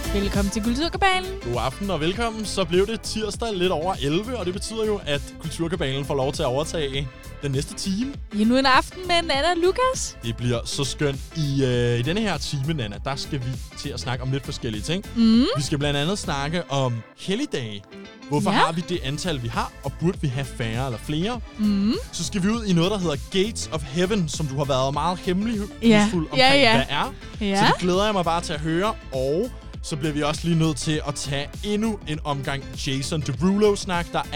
Velkommen til Kulturkabalen. God aften og velkommen. Så blev det tirsdag lidt over 11, og det betyder jo, at Kulturkabalen får lov til at overtage den næste time. Endnu en aften med Nana og Lukas. Det bliver så skønt. I denne her time, Nana, der skal vi til at snakke om lidt forskellige ting. Vi skal blandt andet snakke om helligdage. Hvorfor har vi det antal, vi har, og burde vi have færre eller flere? Så skal vi ud i noget, der hedder Gates of Heaven, som du har været meget hemmelighedsfuld omkring, hvad er. Så det glæder jeg mig bare til at høre, og så bliver vi også lige nødt til at tage endnu en omgang Jason Derulo-snak. Der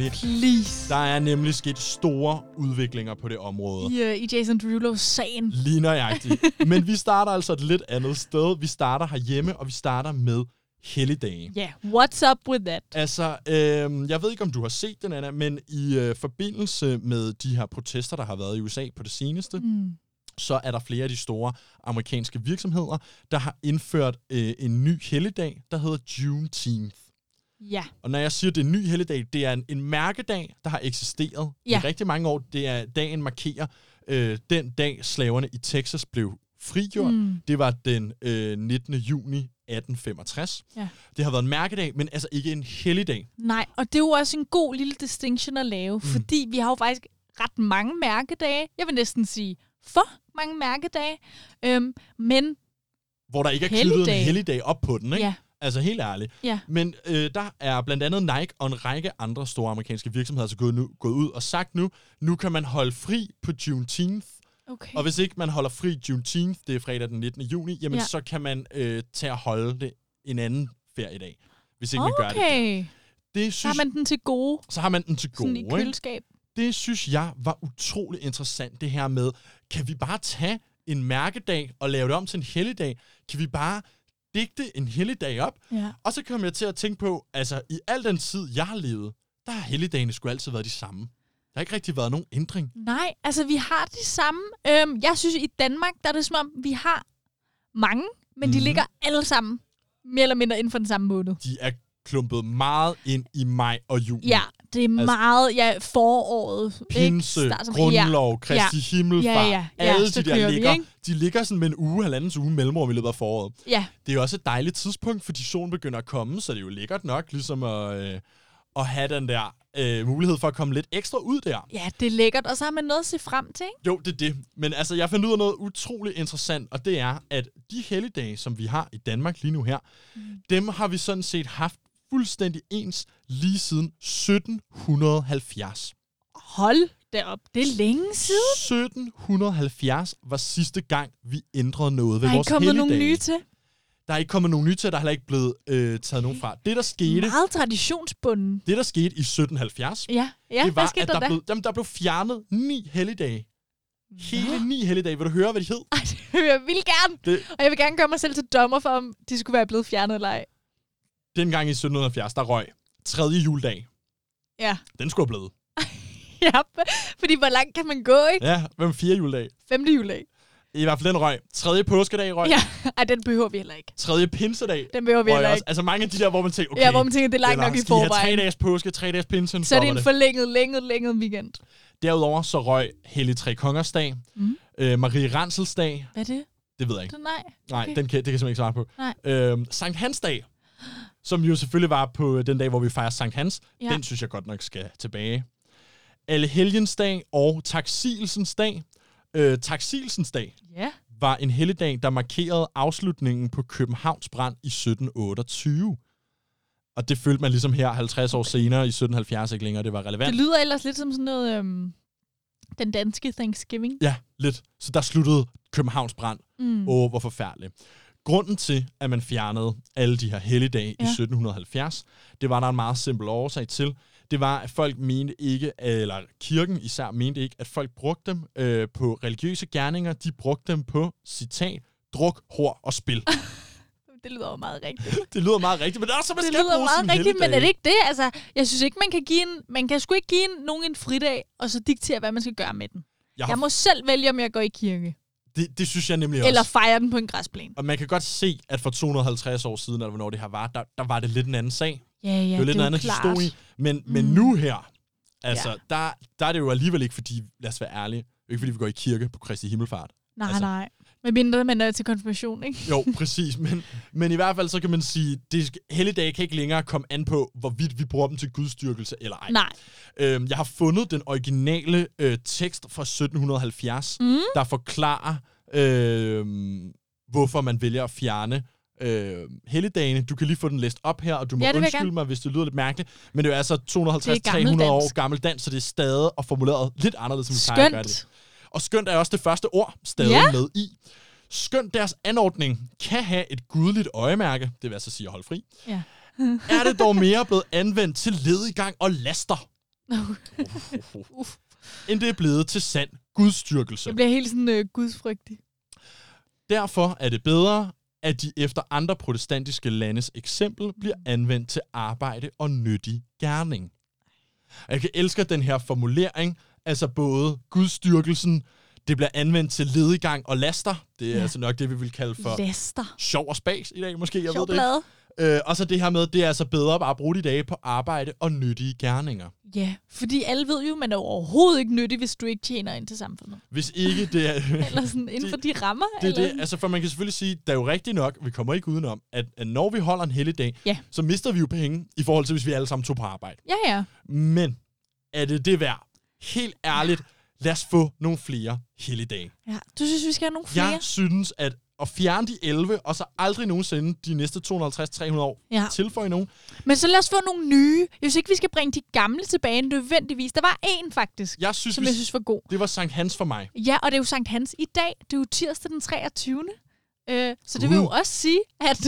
er nemlig sket store udviklinger på det område. I Jason Derulo-sagen. Lige nøjagtigt. Men vi starter altså et lidt andet sted. Vi starter herhjemme, og vi starter med helligdage. Ja, what's up with that? Altså, jeg ved ikke, om du har set den, Anna, men i forbindelse med de her protester, der har været i USA på det seneste, så er der flere af de store amerikanske virksomheder, der har indført en ny helligdag, der hedder Juneteenth. Ja. Og når jeg siger, det er en ny helligdag, det er en mærkedag, der har eksisteret i rigtig mange år. Det er dagen markerer den dag, slaverne i Texas blev frigjort. Det var den 19. juni 1865. Ja. Det har været en mærkedag, men altså ikke en helligdag. Nej, og det er jo også en god lille distinction at lave, fordi vi har jo faktisk ret mange mærkedage. Jeg vil næsten sige for mange mærkedage, men hvor der ikke er knyttet en helligdag op på den, ikke? Ja. Altså helt ærligt. Ja. Men der er blandt andet Nike og en række andre store amerikanske virksomheder altså gået ud og sagt nu kan man holde fri på Juneteenth. Okay. Og hvis ikke man holder fri Juneteenth, det er fredag den 19. juni, jamen så kan man tage at holde det en anden feriedag, hvis ikke man gør det. Så har man den til gode. Så har man den til gode. Sådan i køleskab. Det synes jeg var utrolig interessant, det her med, kan vi bare tage en mærkedag og lave det om til en helligdag? Kan vi bare digte en helligdag op? Ja. Og så kom jeg til at tænke på, altså i al den tid, jeg har levet, der har helligdagene sgu altid været de samme. Der har ikke rigtig været nogen ændring. Nej, altså vi har de samme. Jeg synes i Danmark, der er det som om, vi har mange, men de ligger alle sammen mere eller mindre inden for den samme måned. De er klumpet meget ind i maj og juni. Ja, det er meget, foråret. Pinse, grundlov, Kristi himmelfart. Alle de der de ligger sådan med en uge, halvandens uge mellemrum i løbet af foråret. Ja. Det er også et dejligt tidspunkt, fordi solen begynder at komme, så det er jo lækkert nok ligesom at have den der mulighed for at komme lidt ekstra ud der. Ja, det er lækkert, og så har man noget at se frem til, ikke? Jo, det er det. Men altså, jeg fandt ud af noget utroligt interessant, og det er, at de helligdage, som vi har i Danmark lige nu her, dem har vi sådan set haft fuldstændig ens lige siden 1770. Hold da op, det er længe siden. 1770 var sidste gang, vi ændrede noget ved vores helligdage. Der er ikke kommet nogen nye til. Der er ikke kommet nogen nye til, der er heller ikke blevet taget nogen fra. Det, der skete... Meget traditionsbunden. Det, der skete i 1770, det var, at der blev fjernet 9 helligdage. Hele 9 helligdage. Vil du høre, hvad de hed? Jeg vil gerne. Og jeg vil gerne gøre mig selv til dommer for, om de skulle være blevet fjernet eller ej. Dengang i 1770, der røg 3. juledag. Ja. Den skulle have blevet. Ja, fordi hvor langt kan man gå, ikke? Ja, hvem 4. juledag? 5. juledag. I hvert fald den røg. 3. påskedag røg. Ja, den behøver vi heller ikke. 3. pinsedag. Den behøver vi heller ikke. Altså mange af de der, hvor man tænker, okay. Ja, hvor man tænker, det er langt nok i forvejen. Skal I have 3 dages påske, 3 dages pinse? Så er det en forlænget, længet weekend. Derudover så røg Hellig Tre Kongers dag. Marie Ransels dag. Hvad er det? Det ved jeg ikke. Nej, okay. Det kan jeg simpelthen ikke svare på. Nej. Sankt Hans dag, som jo selvfølgelig var på den dag, hvor vi fejrer Sankt Hans. Ja. Den synes jeg godt nok skal tilbage. Allehelgens dag og Taksigelsens dag. Taksigelsens dag var en helligdag, der markerede afslutningen på Københavns brand i 1728. Og det følte man ligesom her 50 år senere i 1770 ikke længere, det var relevant. Det lyder ellers lidt som sådan noget, den danske Thanksgiving. Ja, lidt. Så der sluttede Københavns brand. Hvor forfærdeligt. Grunden til, at man fjernede alle de her helligdage i 1770, det var der en meget simpel årsag til. Det var, at folk mente ikke, eller kirken især mente ikke, at folk brugte dem på religiøse gerninger. De brugte dem på, citat, druk, hår og spil. Det lyder jo meget rigtigt. Det lyder meget rigtigt, men det er også, man skal bruge meget rigtigt, men er det ikke det? Altså, jeg synes ikke, man kan sgu ikke give nogen en fridag, og så diktere, hvad man skal gøre med den. Jeg må selv vælge, om jeg går i kirke. Det synes jeg nemlig også. Eller fejre den på en græsplæne. Og man kan godt se, at for 250 år siden, eller hvornår det her var, der var det lidt en anden sag. Ja, det var lidt en anden historie. Men nu her, altså, der er det jo alligevel ikke, fordi, lad os være ærlige, ikke fordi vi går i kirke på Kristi Himmelfart. Nej. Med mindre man er til konfirmation, ikke? Jo, præcis. Men i hvert fald så kan man sige, at helligdage kan ikke længere komme an på, hvorvidt vi bruger dem til gudstyrkelse eller ej. Nej. Jeg har fundet den originale tekst fra 1770, der forklarer, hvorfor man vælger at fjerne helligdagene. Du kan lige få den læst op her, og du må undskylde mig, hvis det lyder lidt mærkeligt. Men det er altså 250-300 år gammel dans, så det er stadig og formuleret lidt anderledes, som vi plejer at gøre det. Og skønt er også det første ord stadig med i. Skønt deres anordning kan have et gudeligt øjemærke, det vil altså sige at holde fri, er det dog mere blevet anvendt til lediggang og laster, end det er blevet til sand gudstyrkelse. Jeg bliver helt sådan gudsfrygtig. Derfor er det bedre, at de efter andre protestantiske landes eksempel bliver anvendt til arbejde og nyttig gerning. Jeg kan elske den her formulering, altså både gudstyrkelsen, det bliver anvendt til lediggang og laster. Det er altså nok det, vi vil kalde for laster. Sjov og spas i dag, måske. Jeg sjov ved det ikke. Og så det her med, det er altså bedre bare at bruge de dage på arbejde og nyttige gerninger. Ja, fordi alle ved jo, man er overhovedet ikke nyttig, hvis du ikke tjener ind til samfundet. Hvis ikke det er... eller sådan inden for de rammer. Det er det. Altså, for man kan selvfølgelig sige, der er jo rigtigt nok, vi kommer ikke udenom, at når vi holder en helligdag, så mister vi jo penge i forhold til, hvis vi alle sammen tog på arbejde. Ja. Men er det værd? Helt ærligt, lad os få nogle flere helligdage. Ja, du synes, vi skal have nogle flere? Jeg synes, at fjerne de 11, og så aldrig nogensinde de næste 250-300 år tilføje nogen. Men så lad os få nogle nye. Jeg synes ikke, vi skal bringe de gamle tilbage nødvendigvis. Der var en faktisk, som jeg synes var god. Det var Sankt Hans for mig. Ja, og det er jo Sankt Hans i dag. Det er jo tirsdag den 23. Så det vil jo også sige, at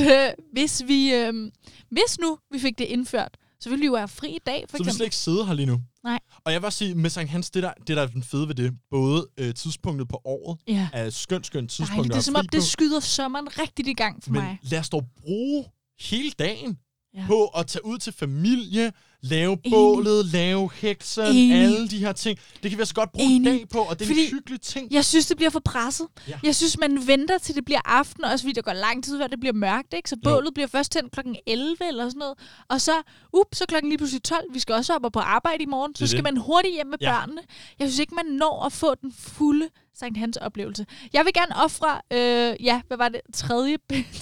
hvis nu vi fik det indført, så ville vi jo have fri i dag, for eksempel. Så vi slet ikke sidde her lige nu. Nej. Og jeg vil sige, med Sankt Hans, det der er den fede ved det, både tidspunktet på året, er skønt tidspunkt. Det er som om, det skyder sommeren rigtigt i gang for mig. Men lad os dog bruge hele dagen på at tage ud til familie, lave bålet, lave heksen, alle de her ting. Det kan vi altså godt bruge en dag på, og det er en hyggelig ting. Jeg synes, det bliver for presset. Ja. Jeg synes, man venter til det bliver aften, også fordi der går lang tid, før det bliver mørkt, ikke? Så bålet bliver først tændt klokken 11 eller sådan noget. Og så klokken lige pludselig 12. Vi skal også op og på arbejde i morgen. Så skal man hurtigt hjem med børnene. Jeg synes ikke, man når at få den fulde Sankt Hans oplevelse. Jeg vil gerne ofre, hvad var det? Tredje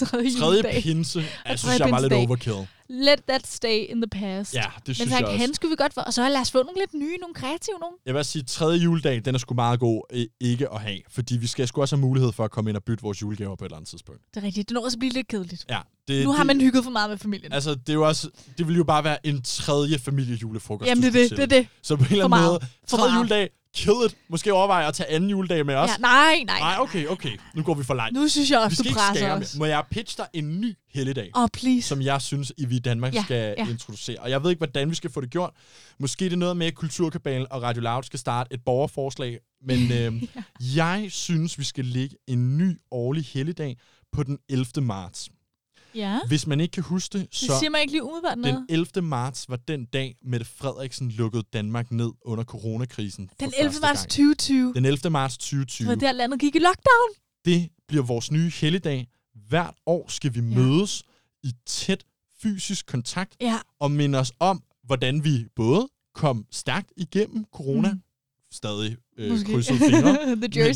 pinse. Jeg synes, jeg var lidt overkill. Let that stay in the past. Ja, det synes jeg også. Men Hans skulle vi godt få. Og så lad os få nogle lidt nye, nogle kreative nogle. Jeg vil sige, tredje juledag, den er sgu meget god ikke at have. Fordi vi skal sgu også have mulighed for at komme ind og bytte vores julegaver på et eller andet tidspunkt. Det er rigtigt. Det når også blive lidt kedeligt. Ja. Nu har man hygget for meget med familien. Altså, det vil jo bare være en tredje familiejulefrokost. Jamen, det er det. Så på en eller anden måde, tredje juledag, kill it. Måske overveje at tage anden juledag med os. Ja, nej. Nej, okay. Nu går vi for langt. Nu synes jeg også, du presser os. Må jeg pitche dig en ny helligdag? Please. Som jeg synes, vi i Danmark skal introducere. Og jeg ved ikke, hvordan vi skal få det gjort. Måske det er noget med, at Kulturkabalen og Radio Loud skal starte et borgerforslag. Men jeg synes, vi skal lægge en ny årlig helligdag på den 11. marts. Ja. Hvis man ikke kan huske det, så... Det siger mig ikke lige umiddelbart noget. Den 11. marts var den dag, Mette Frederiksen lukkede Danmark ned under coronakrisen. Den 11. marts 2020. Den 11. marts 2020. Det var der, landet gik i lockdown. Det bliver vores nye helligdag. Hvert år skal vi mødes i tæt fysisk kontakt og minde os om, hvordan vi både kom stærkt igennem corona, stadig krydset fingre, men det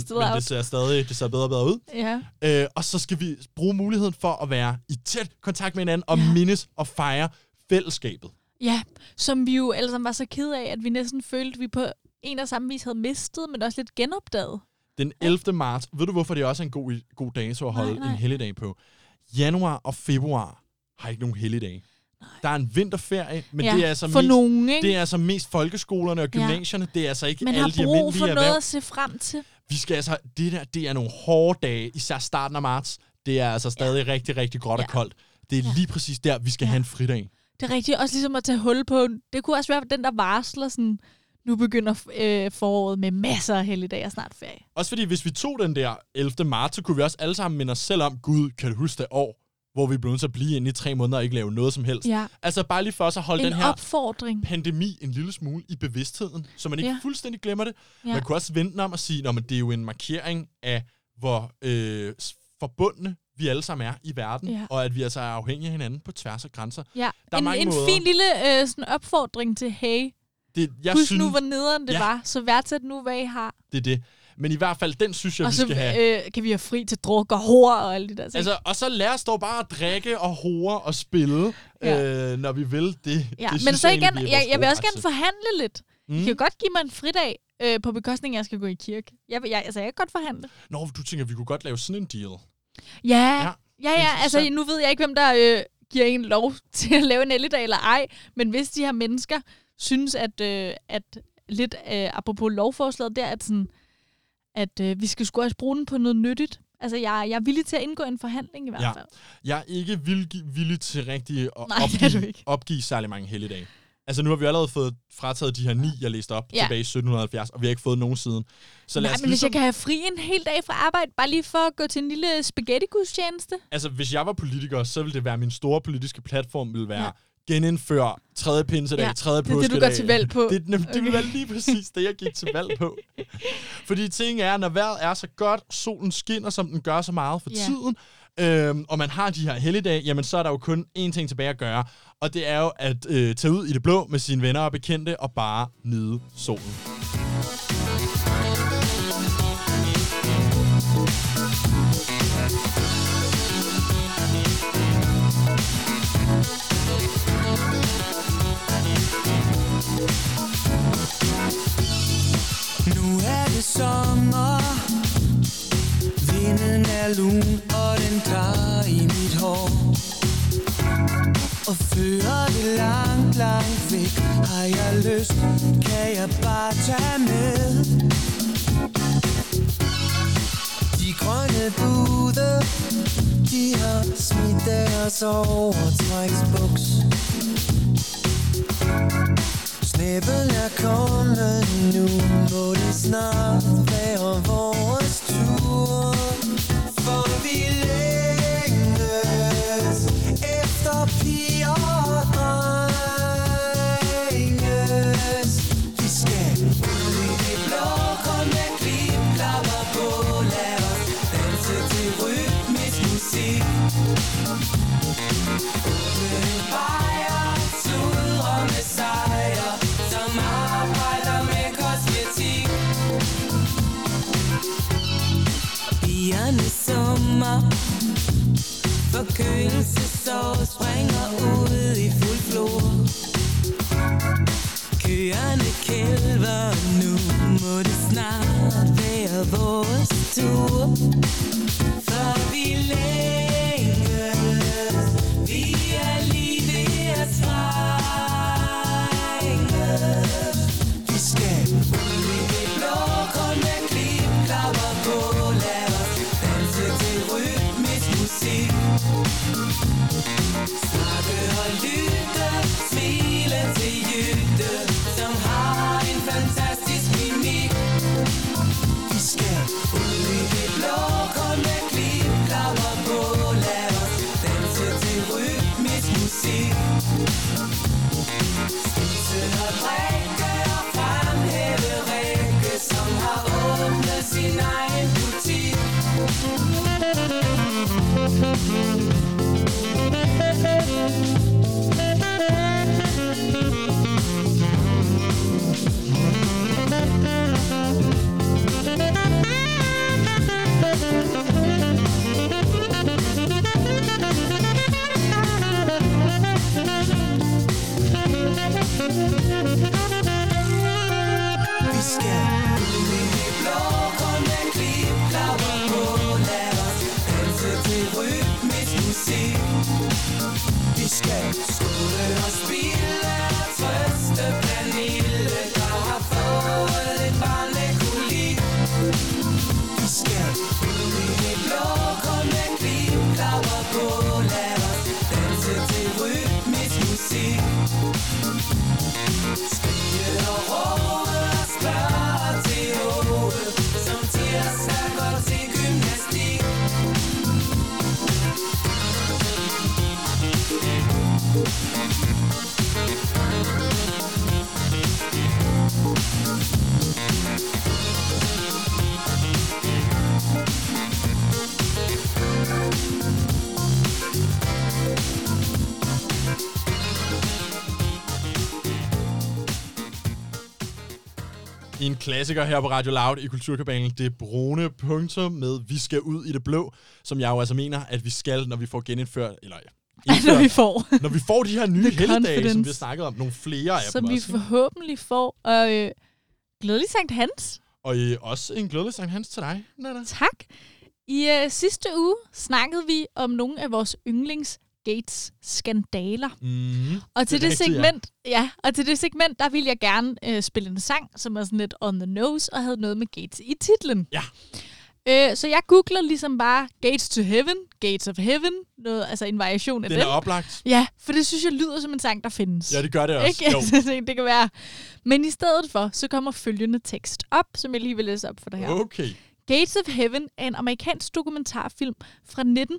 ser bedre og bedre ud. Ja. Og så skal vi bruge muligheden for at være i tæt kontakt med hinanden og mindes og fejre fællesskabet. Ja, som vi jo alle sammen var så ked af, at vi næsten følte, at vi på en og samme vis havde mistet, men også lidt genopdaget. Den 11. marts, ved du hvorfor det også er en god dato at holde en helligdag på? Januar og februar har ikke nogen helligdage. Der er en vinterferie, men det er altså det er altså mest folkeskolerne og gymnasierne. Det er altså ikke alle de almindelige erhverv. Man har brug for noget at se frem til. Vi skal altså, det er nogle hårde dage, især starten af marts. Det er altså stadig rigtig, rigtig gråt og koldt. Det er lige præcis der, vi skal have en fridag. Det er rigtigt. Også ligesom at tage hul på. Det kunne også være den, der varsler sådan, nu begynder foråret med masser af helligdage og snart ferie. Også fordi, hvis vi tog den der 11. marts, så kunne vi også alle sammen minde os selv om, Gud, kan du huske det år, hvor vi blev nødt til at blive inde i 3 måneder og ikke lave noget som helst. Ja. Altså bare lige for os at holde den her pandemi en lille smule i bevidstheden, så man ikke fuldstændig glemmer det. Ja. Man kunne også vente om at sige, at det er jo en markering af, hvor forbundne vi alle sammen er i verden, og at vi altså er afhængige af hinanden på tværs af grænser. Ja. Der er en fin lille sådan opfordring til, hey, husk nu, hvor nederen det var, så værdsæt nu, hvad I har. Det er det. Men i hvert fald, den synes jeg, og vi så, skal have. kan vi have fri til druk og hår og alt det der. Altså, og så lad os dog bare drikke og hore og spille, når vi vil det. Ja, det men så igen, jeg vil også gerne forhandle lidt. I kan godt give mig en fridag på bekostning, jeg skal gå i kirke. Jeg kan godt forhandle. Nå, du tænker, vi kunne godt lave sådan en deal. Ja. Altså, nu ved jeg ikke, hvem der giver en lov til at lave en helligdag eller ej, men hvis de her mennesker synes, at lidt apropos lovforslaget, der at vi skal sgu også bruge den på noget nyttigt. Altså, jeg er villig til at indgå en forhandling i hvert fald. Jeg er ikke villig til rigtig at opgive særlig mange helligdage. Altså, nu har vi allerede fået frataget de her 9, jeg læste op tilbage i 1770, og vi har ikke fået nogen siden. Så men hvis jeg kan have fri en hel dag fra arbejde, bare lige for at gå til en lille spaghetti-gudstjeneste? Altså, hvis jeg var politiker, så ville det være min store politiske platform, ville være genindføre 3. pinsedag, 3. påskedag. Det er det, du går til valg på. Det vil være lige præcis det, jeg gik til valg på. Fordi ting er, når vejret er så godt, solen skinner, som den gør så meget for tiden, og man har de her helligdage, jamen så er der jo kun én ting tilbage at gøre, og det er jo at tage ud i det blå med sine venner og bekendte og bare nyde solen. Nu er det sommer, vinden er lun, og den klar i mit hår. Og fører det langt, langt væk, har jeg lyst, kan jeg bare tage med. De grønne bude, de har smidt deres overtræksbuks. Snæblen er kommet nu, må det snart være vores tur. For vi længes efter piger og drenges. Vi skal ud i det blå, kom med klipklapper på. Lad os danse til rytmisk musik. Åbne en bajer, sludre med sejr, som arbejder med kosmetik. Pigerne summer, forkølelsesår springer ud i fuld flor. Køerne kælver, nu må det snart være vores tur. For vi længes, vi er lige ved at sprænges. Vi skal ud i det blå, kun med klipklapper på. Lad os danse til rytmisk musik. Snakke og lytte, smile til Jytte, som har en fantastisk mimik. Vi skal ud i det blå, kun med klipklapper på. Lad os danse til rytmisk musik. Spise og drikke og fremhæve Rikke, som har åbnet sin egen butik. Vi skal ud i det blå, kun med klipklapper på. Lad os danse til rytmisk musik. Vi skal skåle og spille og trøste Pernille, der har fået et barn med kolik. Vi skal ud i det blå, kun med klipklapper på. Lad os danse til rytmisk musik. Skrige og råbe og spørge til Åge, som tirsdag går til gymnastik. En klassiker her på Radio Loud i Kulturkabalen. Det brune punktum med Vi skal ud i det blå, som jeg jo altså mener, at vi skal, når vi får genindført, eller når vi får de her nye helligdage, som vi har snakket om, nogle flere af som dem vi også. forhåbentlig får. Og glædelig Sankt Hans. Og også en glædelig Sankt Hans til dig, Nana. Tak. I sidste uge snakkede vi om nogle af vores yndlings Gates-skandaler. Og til det segment, der ville jeg gerne spille en sang, som er sådan lidt on the nose, og havde noget med Gates i titlen. Ja. Så jeg googler ligesom bare Gates to Heaven, Gates of Heaven, noget, altså en variation af den. Den er oplagt. Ja, for det synes jeg lyder som en sang, der findes. Ja, det gør det også. Ikke? Jo. Det kan være. Men i stedet for, så kommer følgende tekst op, som jeg lige vil læse op for dig her. Okay. Gates of Heaven er en amerikansk dokumentarfilm fra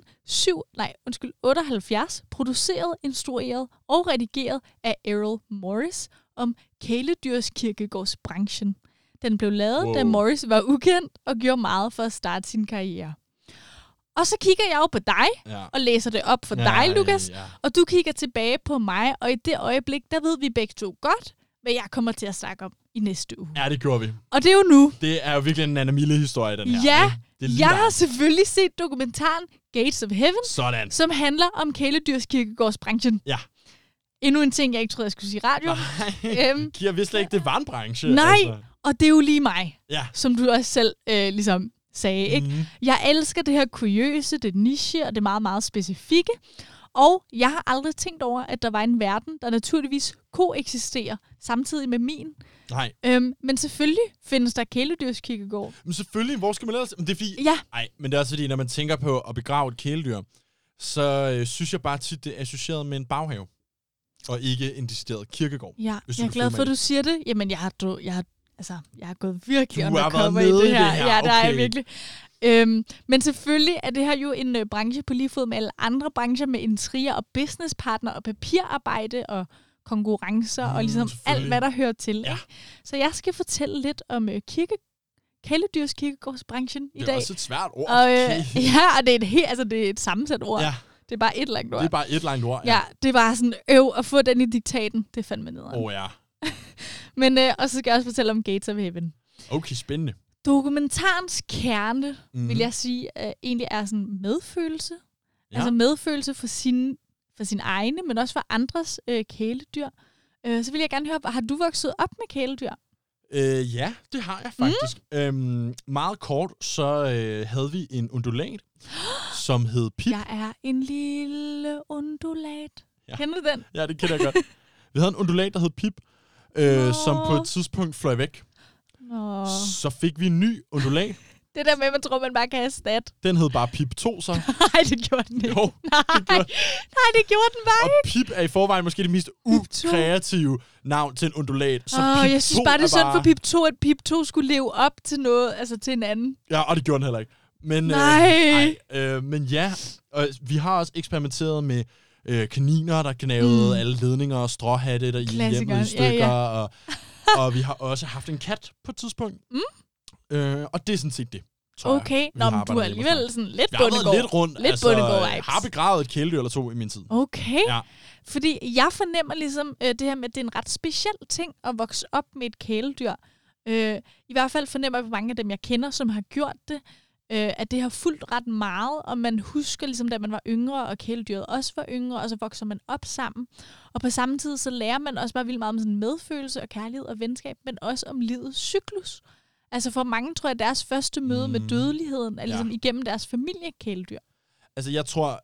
1978, produceret, instrueret og redigeret af Errol Morris om kæledyrskirkegårdsbranchen. Den blev lavet, da Morris var ukendt og gjorde meget for at starte sin karriere. Og så kigger jeg jo på dig og læser det op for dig, Lukas, og du kigger tilbage på mig, og i det øjeblik, der ved vi begge to godt, hvad jeg kommer til at snakke om i næste uge. Ja, det gjorde vi. Og det er jo nu. Det er jo virkelig en Nana Mille-historie, den her. Ja, jeg har dig. selvfølgelig set dokumentaren Gates of Heaven, Sådan. som handler om kæledyrskirkegårdsbranchen. Ja. Endnu en ting, jeg ikke troede, jeg skulle sige i radio. Jeg vidste slet ikke, det var en branche. Nej, altså. Og det er jo lige mig, Ja. som du også selv ligesom sagde. Ikke? Jeg elsker det her kuriøse, det niche og det meget, meget specifikke. Og jeg har aldrig tænkt over, at der var en verden, der naturligvis koeksisterer samtidig med min. Nej. Men selvfølgelig findes der kæledyrskirkegård. Men selvfølgelig, hvor skal man ellers? Men det er fordi... Ja. Nej, men det er også fordi, når man tænker på at begrave et kæledyr, så synes jeg bare tit, det er associeret med en baghave. Og ikke en decideret kirkegård. Ja, jeg er glad for, at du siger det. Jamen, jeg har gået virkelig undercover i det her. her. Ja, der er jeg virkelig. Men selvfølgelig er det her jo en branche på lige fod med alle andre brancher, med intriger og businesspartner og papirarbejde og konkurrencer og ligesom alt, hvad der hører til. Ja. Så jeg skal fortælle lidt om kæledyrskirkegårdsbranchen i dag. Det er også et svært ord. Og, og det er et sammensat ord. Ja. Det er bare et langt ord. Det er bare et langt ord, ja. Det er bare sådan, at få den i diktaten, det er fandme nederen. Ja. Men, og så skal jeg også fortælle om Gates of Heaven. Okay, spændende. Dokumentarens kerne, vil jeg sige, egentlig er sådan medfølelse. Ja. Altså medfølelse for sin egne, men også for andres kæledyr. Så vil jeg gerne høre, har du vokset op med kæledyr? Ja, det har jeg faktisk. Meget kort, så havde vi en undulat, som hed Pip. Jeg er en lille undulat. Ja. Kender du den? Ja, det kender jeg godt. Vi havde en undulat, der hed Pip, som på et tidspunkt fløj væk. Så fik vi en ny undulat. Det der med, at man tror, man bare kan have stat. Den hed bare Pip 2, så. Nej, det gjorde den ikke. Jo, det gjorde den bare ikke. Og Pip er i forvejen måske det mest ukreative navn til en undulat. Så jeg synes bare, det er sådan for Pip 2, at Pip 2 skulle leve op til noget, altså til en anden. Ja, og det gjorde den heller ikke. Men, men ja, og vi har også eksperimenteret med kaniner, der gnavede alle ledninger og stråhatte, der i hjemmet i stykker. Ja. Og vi har også haft en kat på et tidspunkt. Og det er sådan set det. Okay, men du er alligevel sådan lidt bundegård. Jeg har været lidt rundt. Lidt bundegård-vibes. Jeg har begravet et kæledyr eller to i min tid. Okay. Ja. Fordi jeg fornemmer ligesom det her med, at det er en ret speciel ting at vokse op med et kæledyr. I hvert fald fornemmer jeg på mange af dem, jeg kender, som har gjort det, at det har fulgt ret meget, og man husker ligesom, da man var yngre, og kæledyret også var yngre, og så vokser man op sammen. Og på samme tid, så lærer man også bare vildt meget om sådan medfølelse og kærlighed og venskab, men også om livets cyklus. Altså for mange tror jeg, at deres første møde med dødeligheden er ligesom igennem deres familiekæledyr. Altså jeg tror,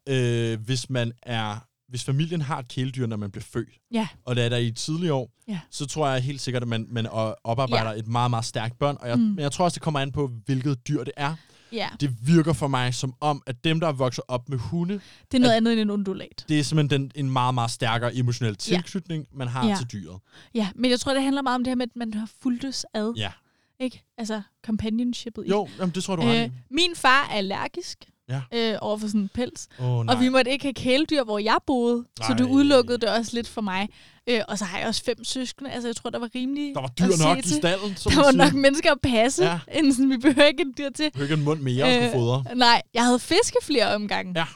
hvis familien har et kæledyr, når man bliver født, og det er der i tidlige år, så tror jeg helt sikkert, at man oparbejder et meget, meget stærkt bånd. Og jeg tror også, det kommer an på, hvilket dyr det er. Ja. Det virker for mig som om, at dem, der er vokset op med hunde... Det er noget andet end en undulat. Det er simpelthen en meget, meget stærkere emotionel tilknytning, man har til dyret. Ja, men jeg tror, det handler meget om det her med, at man har fulgtes ad. Ja. Ikke? Altså companionshipet. Jo, jamen, det tror du har. Min far er allergisk over for sådan en pels. Og vi måtte ikke have kæledyr, hvor jeg boede. Så du udelukkede det også lidt for mig. Og så har jeg også 5 søskende. Altså, jeg tror, der var rimelig. Der var dyr nok i stallen, som der var nok mennesker at passe, inden sådan, vi behøver ikke en dyr til. Behøver ikke en mund mere at skulle fodre. Nej, jeg havde fiske flere omgange. Ja.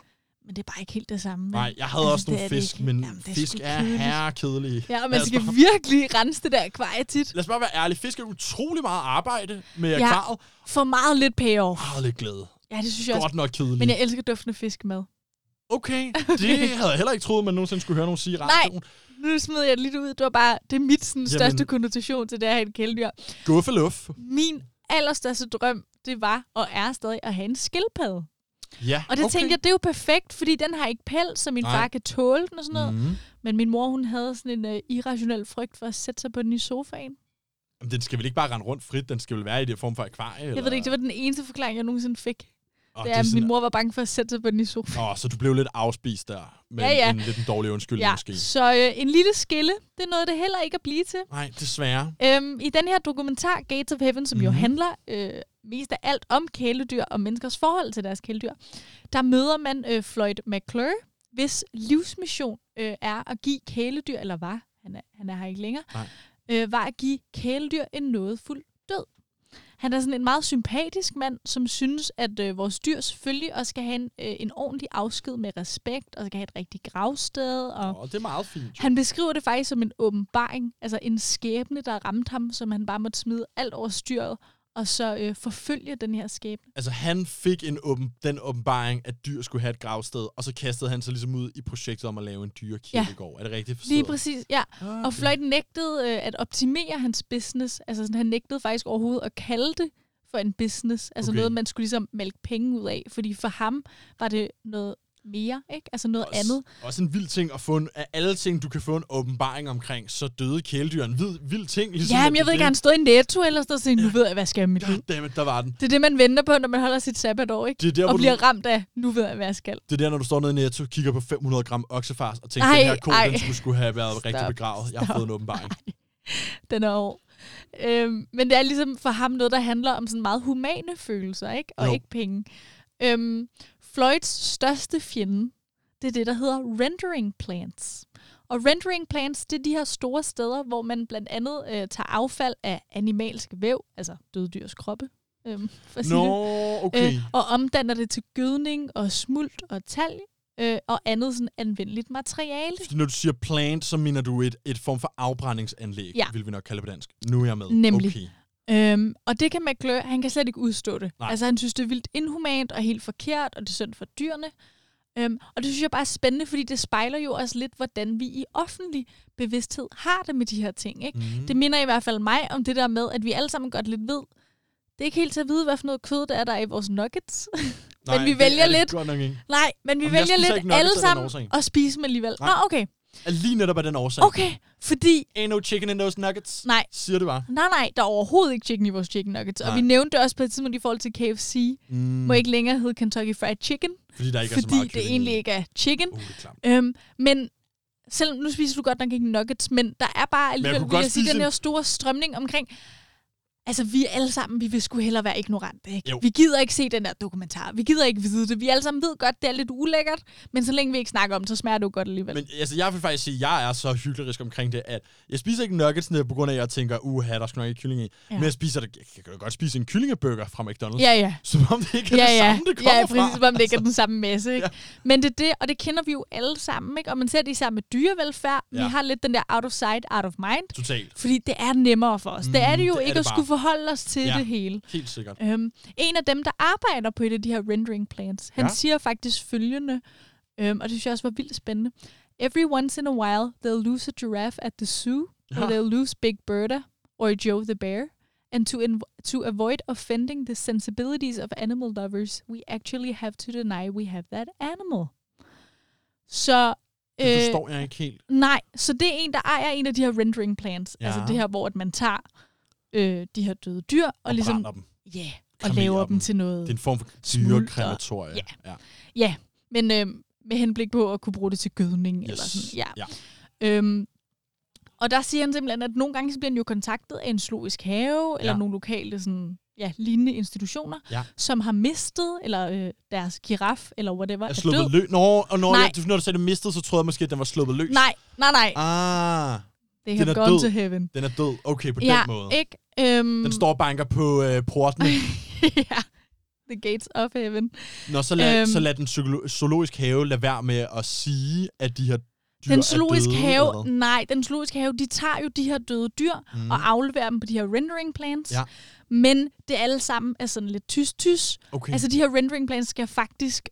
Men det er bare ikke helt det samme. Nej, jeg havde også nogle fisk, men fisk er herrekedelige. Ja, og man skal virkelig rense det der akvarie tit. Lad os bare være ærlige. Fisk er utrolig meget arbejde med akvariet. For meget lidt payoff. Meget lidt glæde. Ja, det synes jeg godt også. Nok kedeligt. Men jeg elsker duftende fiskemad. Okay, det havde jeg heller ikke troet, man nogensinde skulle høre nogen sige i radioen. Nej, nu smider jeg det lidt ud. Det er mit største konnotation til det at have et kæledyr. Guffeluff. Min allerstørste drøm, det var og er stadig at have en skildpadde. Ja, og det tænkte jeg, det er jo perfekt, fordi den har ikke pels, så min far kan tåle den og sådan noget. Mm-hmm. Men min mor, hun havde sådan en irrationel frygt for at sætte sig på den i sofaen. Jamen, den skal vel ikke bare rende rundt frit, den skal vel være i det form for akvarie? Jeg ved det ikke, det var den eneste forklaring, jeg nogensinde fik. Det er, min mor var bange for at sætte sig på den i sofaen. Så du blev lidt afspist der, med en lidt en dårlig undskyldning måske. Så en lille skille, det er noget, det heller ikke at blive til. Nej, desværre. I den her dokumentar, Gates of Heaven, som jo handler mest af alt om kæledyr og menneskers forhold til deres kæledyr, der møder man Floyd McClure, hvis livsmission er at give kæledyr, eller var, han er her ikke længere, var at give kæledyr en nådefuld død. Han er sådan en meget sympatisk mand, som synes, at vores dyr selvfølgelig også skal have en ordentlig afsked med respekt, og skal have et rigtigt gravsted. Og det er meget fint. Han beskriver det faktisk som en åbenbaring, altså en skæbne, der ramte ham, som han bare måtte smide alt over styret, og så forfølge den her skæbne. Altså han fik den åbenbaring, at dyr skulle have et gravsted, og så kastede han sig ligesom ud i projektet om at lave en dyrekirkegård. Ja. Er det rigtigt forstået? Lige præcis, ja. Okay. Og Floyd nægtede at optimere hans business. Altså sådan, han nægtede faktisk overhovedet at kalde det for en business. Altså noget, man skulle ligesom mælke penge ud af. Fordi for ham var det noget mere, ikke? Altså noget andet. Også en vild ting at få af alle ting, du kan få en åbenbaring omkring, så døde kæledyr. En vild ting. Ligesom men jeg ved ikke, han stod i Netto eller sådan noget, nu ved jeg, hvad skal jeg med mit liv. Goddammit, der var den. Det er det, man venter på, når man holder sit sabbatår, ikke? Det er der, og bliver ramt af, nu ved jeg, hvad jeg skal. Det er der, når du står nede i Netto, kigger på 500 gram oksefars, og tænker, den her ko, den skulle have været rigtig begravet. Jeg har fået en åbenbaring. Den er over. Men det er ligesom for ham noget, der handler om sådan meget humane følelser, ikke? Og ikke penge. Floyds største fjende, det er det, der hedder rendering plants. Og rendering plants, det er de her store steder, hvor man blandt andet tager affald af animalsk væv, altså døde dyrs kroppe, og omdanner det til gødning og smult og talg, og andet sådan anvendeligt materiale. Når du siger plant, så mener du et form for afbrændingsanlæg, vil vi nok kalde det på dansk. Nu er jeg med. Nemlig. Okay. Og det kan McClure, han kan slet ikke udstå det. Nej. Altså han synes, det er vildt inhumant og helt forkert, og det er synd for dyrene. Og det synes jeg bare er spændende, fordi det spejler jo også lidt, hvordan vi i offentlig bevidsthed har det med de her ting. Ikke? Mm-hmm. Det minder i hvert fald mig om det der med, at vi alle sammen godt lidt ved. Det er ikke helt til at vide, hvad for noget kød der er i vores nuggets. Nej, men vi vælger lidt. Nej, men vi vælger lidt alle sammen at spise dem alligevel. Nej. Nå, okay. Lige netop af den årsag. Okay, fordi... Ain't no chicken in those nuggets. Nej. Siger det bare. Nej, der er overhovedet ikke chicken i vores chicken nuggets. Og vi nævnte det også på et tidspunkt i forhold til KFC. Må ikke længere hedde Kentucky Fried Chicken. Fordi der ikke er så meget det egentlig ikke er chicken. Det men selvom nu spiser du godt nok ikke nuggets, men der er bare alligevel, vil jeg sige, den her store strømning omkring... Altså, vi er alle sammen, vi vil sgu hellere være ignorante, ikke? Vi gider ikke se den der dokumentar. Vi gider ikke vide det. Vi alle sammen ved godt, det er lidt ulækkert, men så længe vi ikke snakker om det, så smager det jo godt alligevel. Men altså, jeg vil faktisk sige, at jeg er så hyklerisk omkring det, at jeg spiser ikke nuggetsene på grund af, at jeg tænker, der skal nok ikke kylling i. Ja. Men jeg kan godt spise en kyllingeburger fra McDonald's. Ja. Som om det ikke er det samme, det kommer fra. Ja, som om det ikke er den samme masse, ikke? Ja. Men det er det, og det kender vi jo alle sammen, ikke? Og man ser det især med dyrevelfærd. Vi har lidt den der out of sight, out of mind. Totalt. Fordi det er nemmere for os. Det er det jo ikke at skulle forholde os til det hele. Helt sikkert. En af dem, der arbejder på et af de her rendering plants, han siger faktisk følgende, og det synes jeg også var vildt spændende. Every once in a while, they'll lose a giraffe at the zoo, or they'll lose Big Bertha, or Joe the bear. And to avoid offending the sensibilities of animal lovers, we actually have to deny we have that animal. Så det forstår jeg ikke helt. Nej, så det er en, der ejer en af de her rendering plants. Ja. Altså det her, hvor man tager de her døde dyr og ligesom dem. Ja, og laver dem til noget. Det er en form for dyrekrematorie. Ja, men med henblik på at kunne bruge det til gødning eller sådan. Ja. Og der siger han simpelthen, at nogle gange så bliver han jo kontaktet af en zoologisk have eller nogle lokale sådan lignende institutioner, som har mistet eller deres giraf eller whatever er sluppet løs. Når du sagde det mistet, så troede jeg måske, at den var sluppet løs. Nej. Den have gone to heaven. Den er død. Okay, på den måde. Ikke? Den står og banker på portene. Ja. The gates of heaven. Nå, så lad den zoologiske have lade være med at sige, at de her dyr den zoologiske er døde, have, nej, den zoologiske have, de tager jo de her døde dyr og afleverer dem på de her rendering plans. Ja. Men det alle sammen er sådan lidt tys. Okay. Altså de her rendering plans skal faktisk,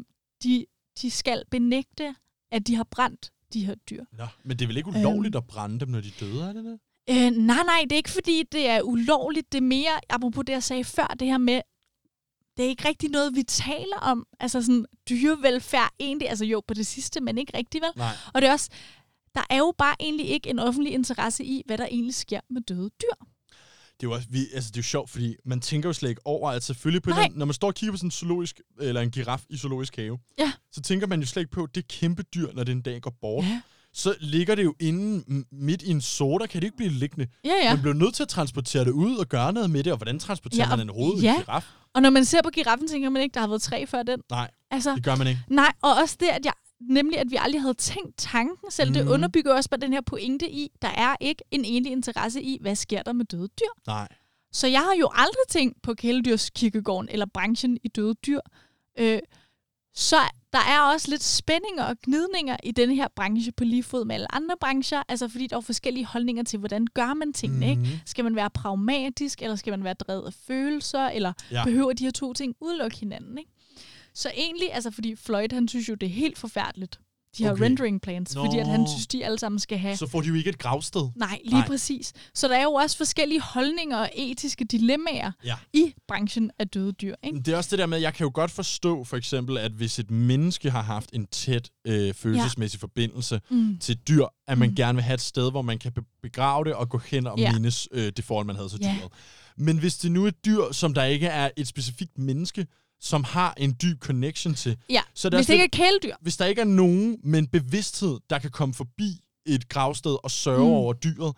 de skal benægte, at de har brændt de her dyr. Nå, men det er vel ikke ulovligt at brænde dem, når de er døde, er det det? Nej, det er ikke fordi, det er ulovligt. Det er mere, apropos det, jeg sagde før, det her med, det er ikke rigtig noget, vi taler om. Altså sådan dyrevelfærd egentlig, altså jo på det sidste, men ikke rigtig vel. Nej. Og det er også, der er jo bare egentlig ikke en offentlig interesse i, hvad der egentlig sker med døde dyr. Det er jo også, det er jo sjovt, fordi man tænker jo slet ikke over, at selvfølgelig på når man står og kigger på sådan en zoologisk, eller en giraf i zoologisk have, så tænker man jo slet ikke på, at det er kæmpe dyr, når den dag går bort. Ja. Så ligger det jo inde midt i en soda, kan det ikke blive liggende. Ja. Man bliver nødt til at transportere det ud og gøre noget med det, og hvordan transporterer man en hoved i en giraf? Og når man ser på giraffen, tænker man ikke, der har været 3 før den. Nej, altså, det gør man ikke. Nej, og også det, at nemlig at vi aldrig havde tænkt tanken selv, det underbygger også bare den her pointe i, der er ikke en egentlig interesse i, hvad sker der med døde dyr. Nej. Så jeg har jo aldrig tænkt på kæledyrskirkegården eller branchen i døde dyr. Så der er også lidt spændinger og gnidninger i denne her branche på lige fod med alle andre brancher, altså fordi der er forskellige holdninger til, hvordan gør man tingene, ikke? Skal man være pragmatisk, eller skal man være drevet af følelser, eller behøver de her 2 ting udelukke hinanden, ikke? Så egentlig, altså fordi Floyd, han synes jo, det er helt forfærdeligt, de her rendering plans, fordi at han synes, de alle sammen skal have... Så får de jo ikke et gravsted. Nej, lige præcis. Så der er jo også forskellige holdninger og etiske dilemmaer i branchen af døde dyr, ikke? Det er også det der med, at jeg kan jo godt forstå, for eksempel, at hvis et menneske har haft en tæt følelsesmæssig forbindelse til et dyr, at man gerne vil have et sted, hvor man kan begrave det og gå hen og mindes det forhold, man havde til dyret. Men hvis det nu er et dyr, som der ikke er et specifikt menneske, som har en dyb connection til. Ja, så hvis det ikke er kæledyr. Hvis der ikke er nogen med en bevidsthed, der kan komme forbi et gravsted og sørge over dyret,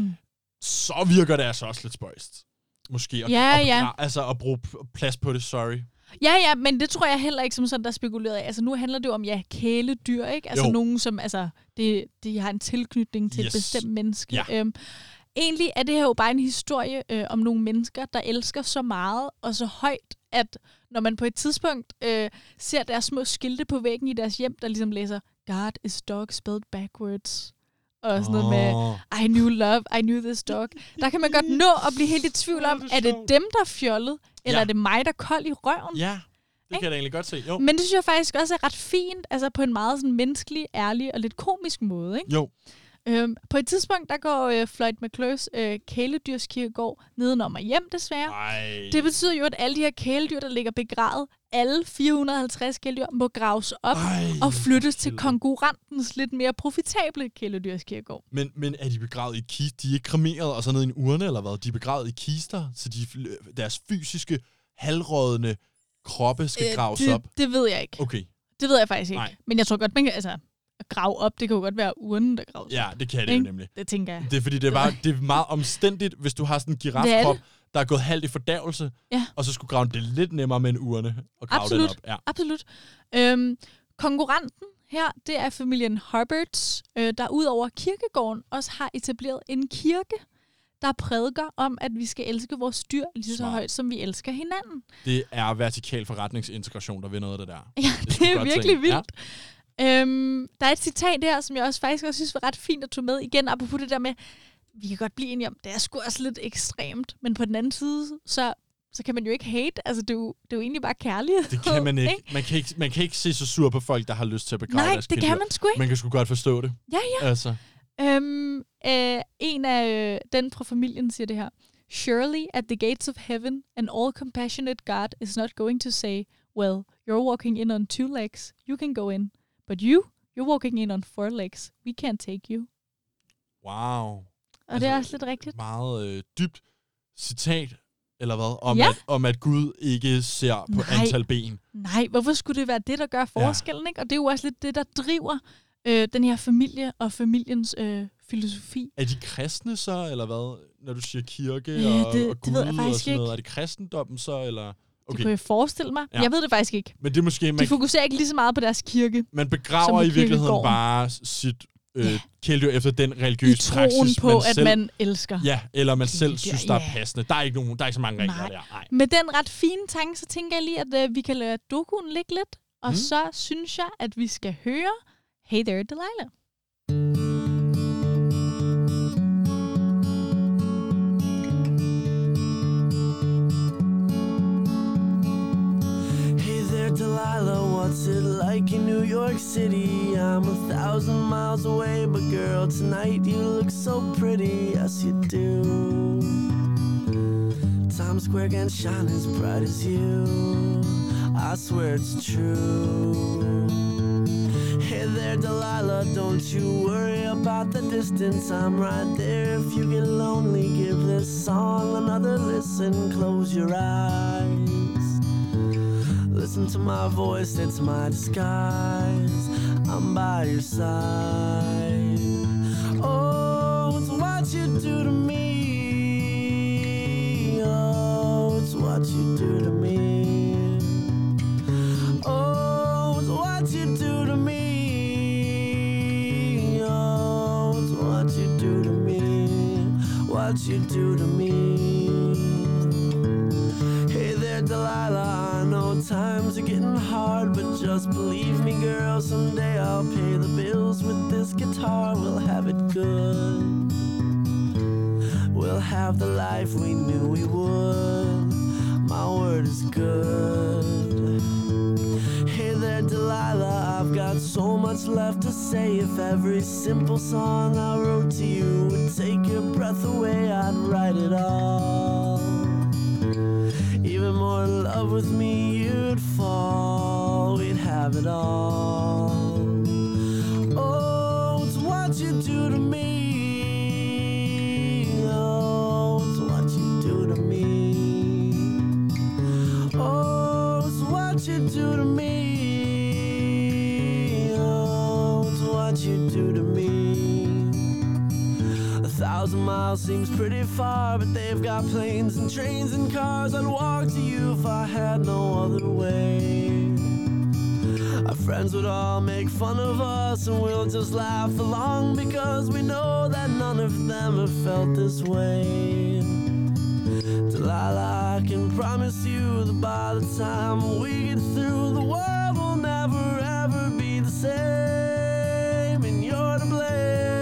så virker det altså også lidt spøjst. Måske at bruge plads på det, sorry. Ja, men det tror jeg heller ikke som sådan, der er spekuleret af. Altså nu handler det jo om, kæledyr, ikke? Altså nogen, som de har en tilknytning til et bestemt menneske. Ja. Egentlig er det her jo bare en historie om nogle mennesker, der elsker så meget og så højt, at når man på et tidspunkt ser deres små skilte på væggen i deres hjem, der ligesom læser, God is dog spelled backwards, og sådan noget med, I knew love, I knew this dog. Der kan man godt nå at blive helt i tvivl om, er det dem, der er fjollet, eller er det mig, der er kold i røven? Ja, det kan jeg da egentlig godt se. Jo. Men det synes jeg faktisk også er ret fint, altså på en meget sådan menneskelig, ærlig og lidt komisk måde, ikke? Jo. På et tidspunkt, der går Floyd McClures kæledyrskirkegård nedenom og hjem, desværre. Ej. Det betyder jo, at alle de her kæledyr, der ligger begravet, alle 450 kæledyr, må graves op og flyttes til konkurrentens lidt mere profitable kæledyrskirkegård. Men er de begravet i kister? De er ikke kremeret og så ned i en urne, eller hvad? De er begravet i kister, så deres fysiske, halvrådende kroppe skal graves op? Det ved jeg ikke. Okay. Det ved jeg faktisk ikke. Nej. Men jeg tror godt, man kan... Altså, at grave op, det kan jo godt være urnen, der graves. Ja, det kan det jo nemlig. Det tænker jeg. Det er fordi, det er meget omstændigt, hvis du har sådan en girafkrop, der er gået halvt i fordærvelse, og så skulle grave det lidt nemmere med en urne og grave den op. Ja. Absolut. Konkurrenten her, det er familien Hubbards, der ud over kirkegården også har etableret en kirke, der prædiker om, at vi skal elske vores dyr lige så højt, som vi elsker hinanden. Det er vertikal forretningsintegration, der vil noget af det der. Ja, det er virkelig vildt. Ja. Der er et citat her, som jeg også faktisk også synes var ret fint at tage med. Igen, apropos det der med, vi kan godt blive enige om, det er sgu også lidt ekstremt, men på den anden side, så kan man jo ikke hate. Altså, det er jo egentlig bare kærlighed. Det kan man ikke. Man kan ikke se så sur på folk, der har lyst til at begrave deres det kan man sgu ikke. Man kan sgu godt forstå det. Ja. Altså. En af den fra familien siger det her. Surely at the gates of heaven, an all-compassionate God is not going to say, well, you're walking in on 2 legs, you can go in. But you're walking in on 4 legs. We can't take you. Wow. Og det er også lidt rigtigt. Meget dybt citat, eller hvad? Om at Gud ikke ser på antal ben. Nej, hvorfor skulle det være det, der gør forskellen, ikke? Og det er jo også lidt det, der driver den her familie og familiens filosofi. Er de kristne så, eller hvad? Når du siger kirke og Gud og sådan noget. Ikke. Er det kristendommen så, eller... Okay. Det kunne jeg forestille mig. Ja. Jeg ved det faktisk ikke. Men det er måske, de fokuserer ikke lige så meget på deres kirke. Man begraver i virkeligheden bare kæledyr efter den religiøse praksis, I troen på, man at selv, man elsker. Ja, eller man selv Kæledyr, synes, der er passende. Der er ikke så mange regler der. Nej. Med den ret fine tanke, så tænker jeg lige, at vi kan lade dokuen ligge lidt. Og så synes jeg, at vi skal høre Hey There, Delilah. Delilah, what's it like in New York City? I'm 1,000 miles away, but girl, tonight you look so pretty, yes you do. Times Square can't shine as bright as you, I swear it's true. Hey there, Delilah, don't you worry about the distance, I'm right there. If you get lonely, give this song another listen, close your eyes. Listen to my voice, it's my disguise. I'm by your side. Oh, it's what you do to me. Oh, it's what you do to me. Oh, it's what you do to me. Oh, it's what you do to me. What you do to me. Hey there, Delilah. Times are getting hard, but just believe me, girl, someday I'll pay the bills with this guitar. We'll have it good. We'll have the life we knew we would. My word is good. Hey there, Delilah, I've got so much left to say. If every simple song I wrote to you would take your breath away, I'd write it all. Even more in love with me, you'd fall. We'd have it all. Oh, it's what you do to me. Oh, it's what you do to me. Oh, it's what you do to me. Oh, it's what you do to me. 1,000 miles seems pretty far, but they've got planes and trains and cars. I'd walk to you if I had no other way. Our friends would all make fun of us, and we'll just laugh along, because we know that none of them have felt this way. Delilah, I can promise you that by the time we get through, the world will never ever be the same, and you're to blame.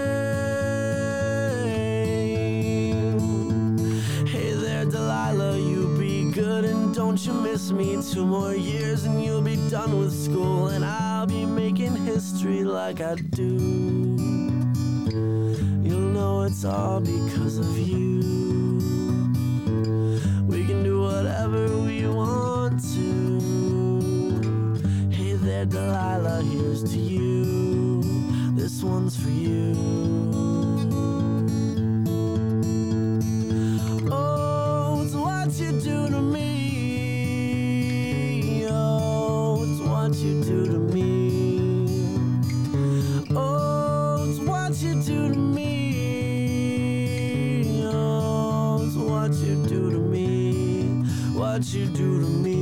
Delilah, you be good and don't you miss me. 2 more years and you'll be done with school, and I'll be making history like I do. You'll know it's all because of you. We can do whatever we want to. Hey there, Delilah, here's to you. This one's for you. What you do to me, oh, it's what you do to me. Oh, it's what you do to me. Oh, it's what you do to me. What you do to me.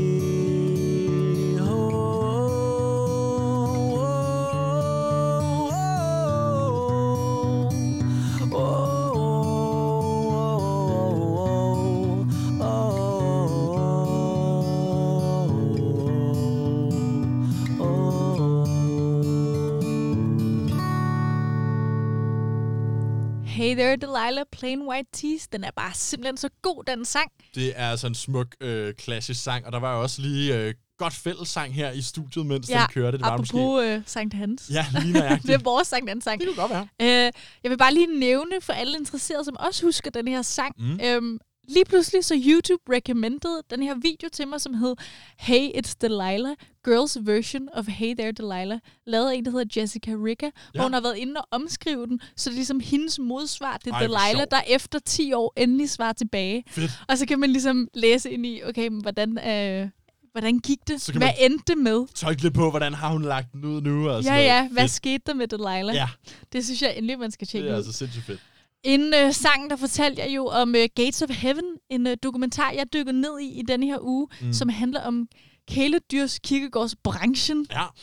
Hey There, Delilah, Plain White Tees. Den er bare simpelthen så god, den sang. Det er altså en smuk, klassisk sang, og der var jo også lige godt fællessang her i studiet, mens den kørte. Det var apropos Sankt Hans. Ja, lige nøjagtigt. Det er vores Sankt Hans sang. Det kunne godt være. Jeg vil bare lige nævne for alle interesserede, som også husker den her sang. Lige pludselig så YouTube recommended den her video til mig, som hed Hey, It's Delilah, Girls Version of Hey There, Delilah, lavet af en, der hedder Jessica Ricca, hvor hun har været inde og omskrive den, så det er ligesom hendes modsvar til Delilah, der efter 10 år endelig svarer tilbage. Fedt. Og så kan man ligesom læse ind i, okay, men hvordan gik det? Hvad endte det med? Tolke lidt på, hvordan har hun lagt den ud nu? Og Hvad skete der med Delilah? Ja. Det synes jeg endelig, man skal tjekke ud. Det er altså sindssygt fedt. Inden sangen, der fortalte jeg jo om Gates of Heaven, en dokumentar, jeg dykker ned i denne her uge, som handler om kæledyrs kirkegårdsbranchen. Ja.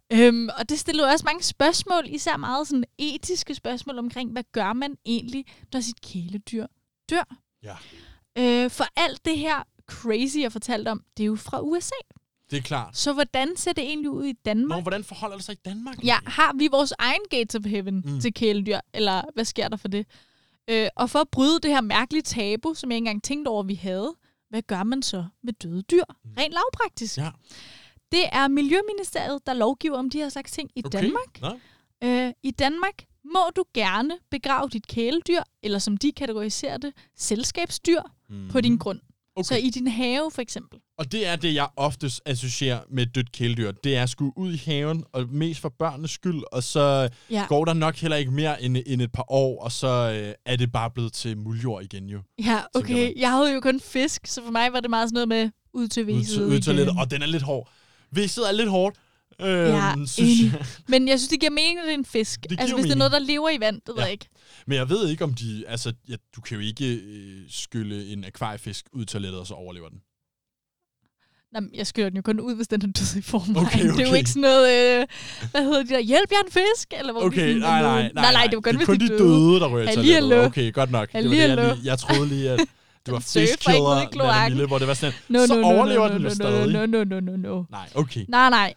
Og det stillede også mange spørgsmål, især meget sådan etiske spørgsmål omkring, hvad gør man egentlig, når sit kæledyr dør? Ja. For alt det her crazy, jeg fortalte om, det er jo fra USA. Det er klart. Så hvordan ser det egentlig ud i Danmark? Hvordan forholder det sig i Danmark? Ja, har vi vores egen gates of heaven til kæledyr, eller hvad sker der for det? Og for at bryde det her mærkelige tabu, som jeg ikke engang tænkte over, vi havde, hvad gør man så med døde dyr? Rent lavpraktisk. Ja. Det er Miljøministeriet, der lovgiver om de her slags ting i Danmark. I Danmark må du gerne begrave dit kæledyr, eller som de kategoriserer det, selskabsdyr på din grund. Okay. Så i din have for eksempel. Og det er det, jeg oftest associerer med et dødt kæledyr. Det er at skulle ud i haven, og mest for børnenes skyld, og så går der nok heller ikke mere end et par år, og så er det bare blevet til muldjord igen jo. Ja, okay. Jeg havde jo kun fisk, så for mig var det meget sådan noget med ud til viset. Ud til lidt, og den er lidt hård. Viset er lidt hårdt. Men jeg synes, det giver mening, at det er en fisk. Altså hvis det er noget, der lever i vand, det ved jeg ikke. Men jeg ved ikke, om de... Altså, du kan jo ikke skylle en akvariefisk ud i toilettet, og så overlever den. Nej, jeg skyller den jo kun ud, hvis den er død i forvejen. Okay. Det er jo ikke sådan noget... hvad hedder de der? Hjælp, jeg er en fisk? Eller hvor okay, sådan, nej. Det var kun, det er kun de døde, der rører i toilettet. Okay, godt nok. Jeg troede lige, at det var fiskkæder, hvor det var sådan, så overlever den jo stadig. No. Nej, okay. Nej.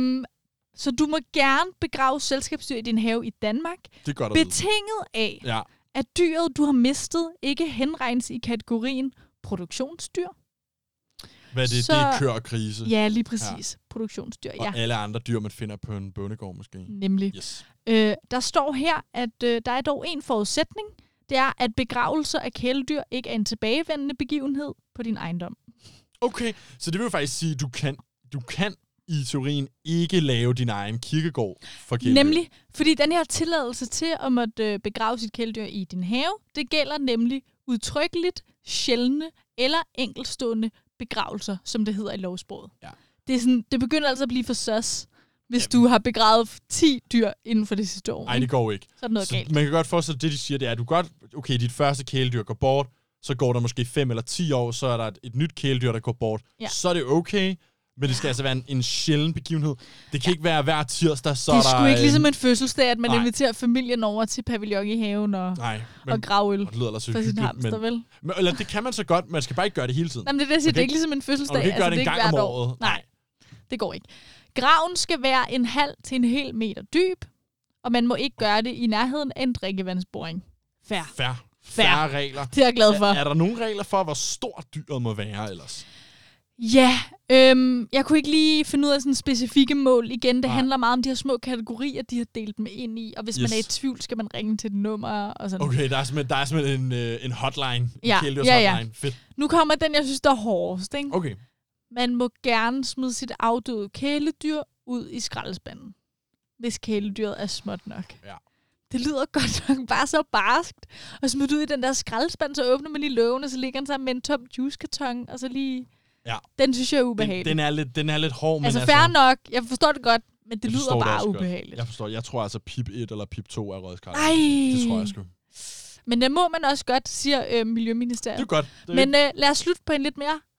Så du må gerne begrave selskabsdyr i din have i Danmark. Det gør betinget af, at dyret, du har mistet, ikke henregnes i kategorien produktionsdyr. Hvad er det? Så, det er køer og grise. Ja, lige præcis. Ja. Produktionsdyr, og alle andre dyr, man finder på en bondegård måske. Nemlig. Yes. Der står her, at der er dog en forudsætning. Det er, at begravelser af kæledyr ikke er en tilbagevendende begivenhed på din ejendom. Okay, så det vil faktisk sige, at du kan i teorien ikke lave din egen kirkegård for kæledyr. Nemlig, fordi den her tilladelse til at måtte begrave sit kæledyr i din have, det gælder nemlig udtrykkeligt, sjældne eller enkeltstående begravelser, som det hedder i lovsproget. Ja. Det er sådan, det begynder altså at blive for sus, hvis du har begravet 10 dyr inden for det sidste år. Nej, det går ikke. Så er det noget galt. Man kan godt forestille, at det de siger, det er, at dit første kæledyr går bort, så går der måske 5 eller 10 år, så er der et nyt kæledyr, der går bort. Ja. Så er det okay, men det skal altså være en sjælden begivenhed. Det kan ikke være hver tirsdag, så det er sgu ikke ligesom en fødselsdag, at man inviterer familien over til pavillon i haven og gravøl for sin hamster, vel? Eller det kan man så godt, man skal bare ikke gøre det hele tiden. Nej, men det er det, jeg siger, det er ikke ligesom en fødselsdag. Og du kan ikke gøre det en gang om året. Nej, det går ikke. Graven skal være en halv til en hel meter dyb, og man må ikke gøre det i nærheden af en drikkevandsboring. Fair regler. Det er jeg glad for. Er der nogle regler for, hvor stort dyret må være ellers? Ja, jeg kunne ikke lige finde ud af sådan specifikke mål. Igen, det handler meget om de her små kategorier, de har delt dem ind i. Og hvis man er i tvivl, skal man ringe til et nummer og sådan. Okay, der er simpelthen en hotline. Ja, en hotline. Fedt. Nu kommer den, jeg synes, der er hårdest. Ikke? Okay. Man må gerne smide sit afdøde kæledyr ud i skraldespanden, hvis kæledyret er småt nok. Ja. Det lyder godt nok bare så barskt. Og smidt ud i den der skraldespand, så åbner man lige lågen, og så ligger den sammen med en tom juicekarton, og så lige... Ja. Den synes jeg er ubehagelig. Den er lidt hård, men altså fair nok. Jeg forstår det godt, men det lyder bare ubehageligt. Jeg tror altså pip 1 eller pip 2 er rødskrald. Nej. Det tror jeg sgu. Men det må man også godt, siger Miljøministeriet. Det er godt. Men lad os slutte på en lidt mere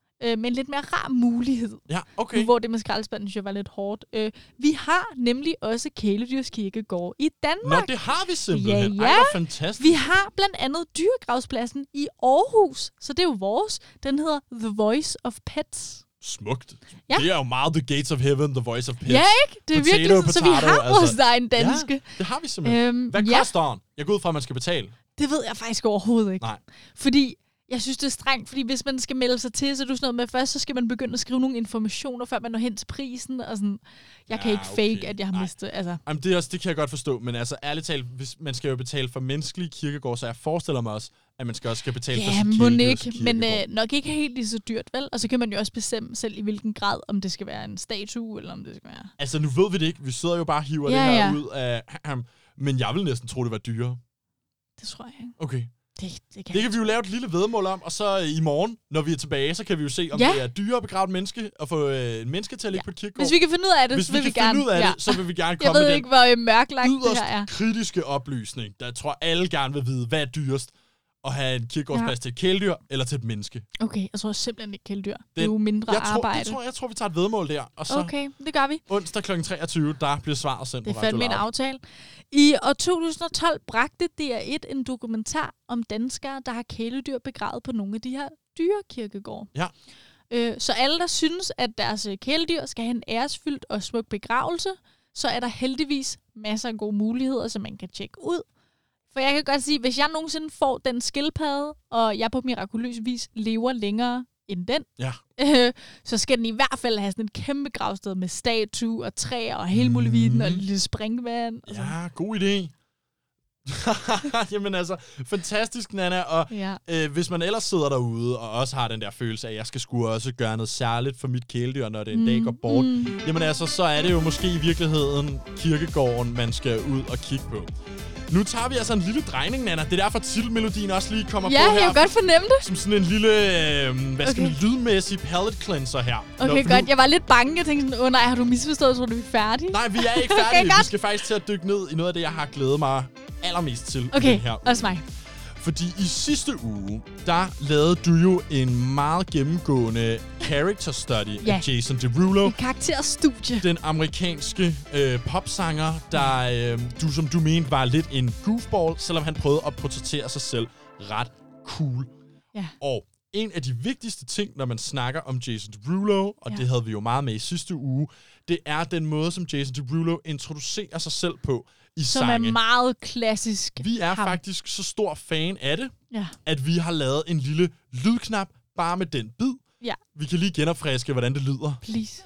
rar mulighed. Ja, okay. Nu, hvor det med skraldespanden synes jeg var lidt hårdt. Vi har nemlig også kæledyrskirkegård i Danmark. Nå, det har vi simpelthen. Ja. Ej, hvor fantastisk. Vi har blandt andet dyregravspladsen i Aarhus, så det er jo vores. Den hedder The Voice of Pets. Smukt. Ja. Det er jo meget The Gates of Heaven, The Voice of Pets. Ja, ikke? Det er virkelig sådan, så vi har vores egen danske. Ja, det har vi simpelthen. Hvad koster den? Jeg går ud fra, at man skal betale. Det ved jeg faktisk overhovedet ikke. Nej. Fordi jeg synes, det er strengt, fordi hvis man skal melde sig til, så er du sådan noget med, først så skal man begynde at skrive nogle informationer, før man når hen til prisen, og sådan, jeg kan ikke fake, at jeg har mistet, altså. Jamen, det kan jeg godt forstå, men altså, ærligt talt, hvis man skal jo betale for menneskelige kirkegård, så jeg forestiller mig også, at man skal betale for sin kirkegård. Men nok ikke helt lige så dyrt, vel? Og så kan man jo også bestemme selv, i hvilken grad, om det skal være en statue, eller om det skal være... Altså, nu ved vi det ikke. Vi sidder jo bare og hiver det her ud af... Men jeg vil næsten tro, det var dyrere. Det tror jeg ikke. Okay. Det kan vi jo lave et lille væddemål om, og så i morgen, når vi er tilbage, så kan vi jo se, om det er dyrere at begrave et menneske, og få en menneske til at ligge på et kirkegård. Hvis vi kan finde ud af det, så vil vi gerne. Så vil vi gerne komme med den yderst kritiske oplysning, der tror alle gerne vil vide, hvad er dyrest. at have en kirkegårdsplads til et kæledyr eller til et menneske? Okay, jeg tror simpelthen ikke kæledyr. Det er jo mindre arbejde. Jeg tror, vi tager et væddemål der. Og så okay, det gør vi. Onsdag kl. 23, der bliver svaret sendt på Radio Loud. Det er fandme en aftale. I år 2012 bragte DR1 en dokumentar om danskere, der har kæledyr begravet på nogle af de her dyrekirkegårde. Ja. Så alle, der synes, at deres kæledyr skal have en æresfyldt og smuk begravelse, så er der heldigvis masser af gode muligheder, som man kan tjekke ud. For jeg kan godt sige, hvis jeg nogensinde får den skildpadde, og jeg på mirakuløs vis lever længere end den, så skal den i hvert fald have sådan et kæmpe gravsted med statue og træer og hele muligheden og et lille springvand. Ja, god idé. Jamen altså, fantastisk, Nana. Og hvis man ellers sidder derude og også har den der følelse af, at jeg skal sgu også gøre noget særligt for mit kæledyr, når det en dag går bort, jamen altså, så er det jo måske i virkeligheden kirkegården, man skal ud og kigge på. Nu tager vi altså en lille drejning, Nana. Det er derfor, titelmelodien også lige kommer på her. Ja, jeg kan godt fornemme det. Som sådan en lille, lydmæssig palette cleanser her. Okay, godt. Jeg var lidt bange. Jeg tænkte sådan, nej, har du misforstået, så er vi færdige? Nej, vi er ikke færdige. Vi skal faktisk til at dykke ned i noget af det, jeg har glædet mig allermest til. Okay, i den her uge. også mig. Fordi i sidste uge, der lavede du jo en meget gennemgående character study af Jason Derulo. En karakterstudie. Den amerikanske popsanger, der som du mente var lidt en goofball, selvom han prøvede at portrættere sig selv ret cool. Ja. Og en af de vigtigste ting, når man snakker om Jason Derulo, og det havde vi jo meget med i sidste uge, det er den måde, som Jason Derulo introducerer sig selv på i som sange. Er meget klassisk. Vi er faktisk så stor fan af det, ja. at vi har lavet en lille lydknap bare med den bid. Ja. Vi kan lige genopfriske, hvordan det lyder. Please.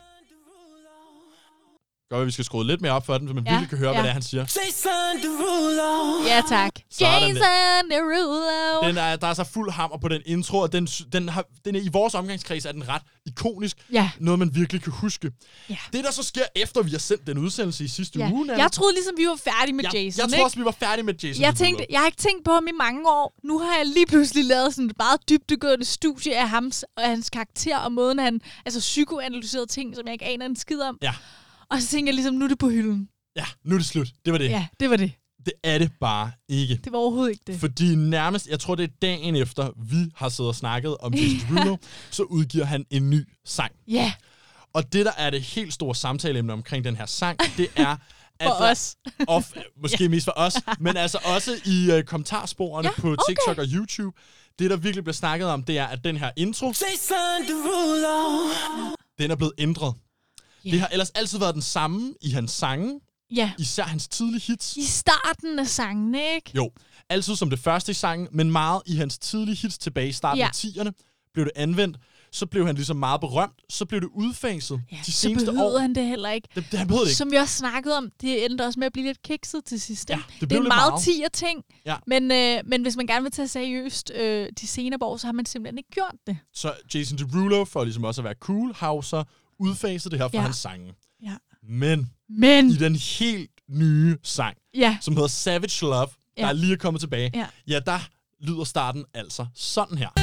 Godt, at vi skal skrue lidt mere op for den, så man virkelig kan høre, hvad det er, han siger. Jason Derulo. Ja, tak. Sådan Jason Derulo. Der er så fuld hammer på den intro, og den er, i vores omgangskreds er den ret ikonisk. Ja. Noget, man virkelig kan huske. Ja. Det, der så sker efter, vi har sendt den udsendelse i sidste uge. Jeg troede ligesom, vi var færdige med Jason. Jeg tror også, vi var færdige med Jason. Jeg har ikke tænkt på ham i mange år. Nu har jeg lige pludselig lavet sådan et meget dybdegående studie af ham og hans karakter, og måden han psykoanalyserede ting, som jeg ikke aner en skid om. Ja. Og så tænker jeg ligesom, nu er det på hylden. Ja, nu er det slut. Det var det. Ja, det var det. Det er det bare ikke. Det var overhovedet ikke det. Fordi nærmest, jeg tror det er dagen efter, vi har siddet og snakket om Jason Derulo, så udgiver han en ny sang. Ja. Og det, der er det helt store samtaleemne omkring den her sang, det er... For os. Måske mest for os, men altså også i kommentarsporene på TikTok og YouTube. Det, der virkelig bliver snakket om, det er, at den her intro, Jason Derulo, den er blevet ændret. Det har ellers altid været den samme i hans sange. Ja. Især hans tidlige hits. I starten af sangen, ikke? Jo. Altid som det første i sangen, men meget i hans tidlige hits tilbage i starten af 10'erne blev det anvendt. Så blev han ligesom meget berømt. Så blev det udfaset de seneste år. Så behøvede han det heller ikke. Han behøvede det ikke. Som vi også snakkede om, det endte også med at blive lidt kikset til sidst. Ja, det er en meget 10'er ting. Ja. Men hvis man gerne vil tage seriøst de senere år, så har man simpelthen ikke gjort det. Så Jason Derulo, for ligesom også at være cool, har jo så udfaset det her fra hans sange. Ja. Men i den helt nye sang, som hedder Savage Love, der er lige kommet tilbage, der lyder starten altså sådan her.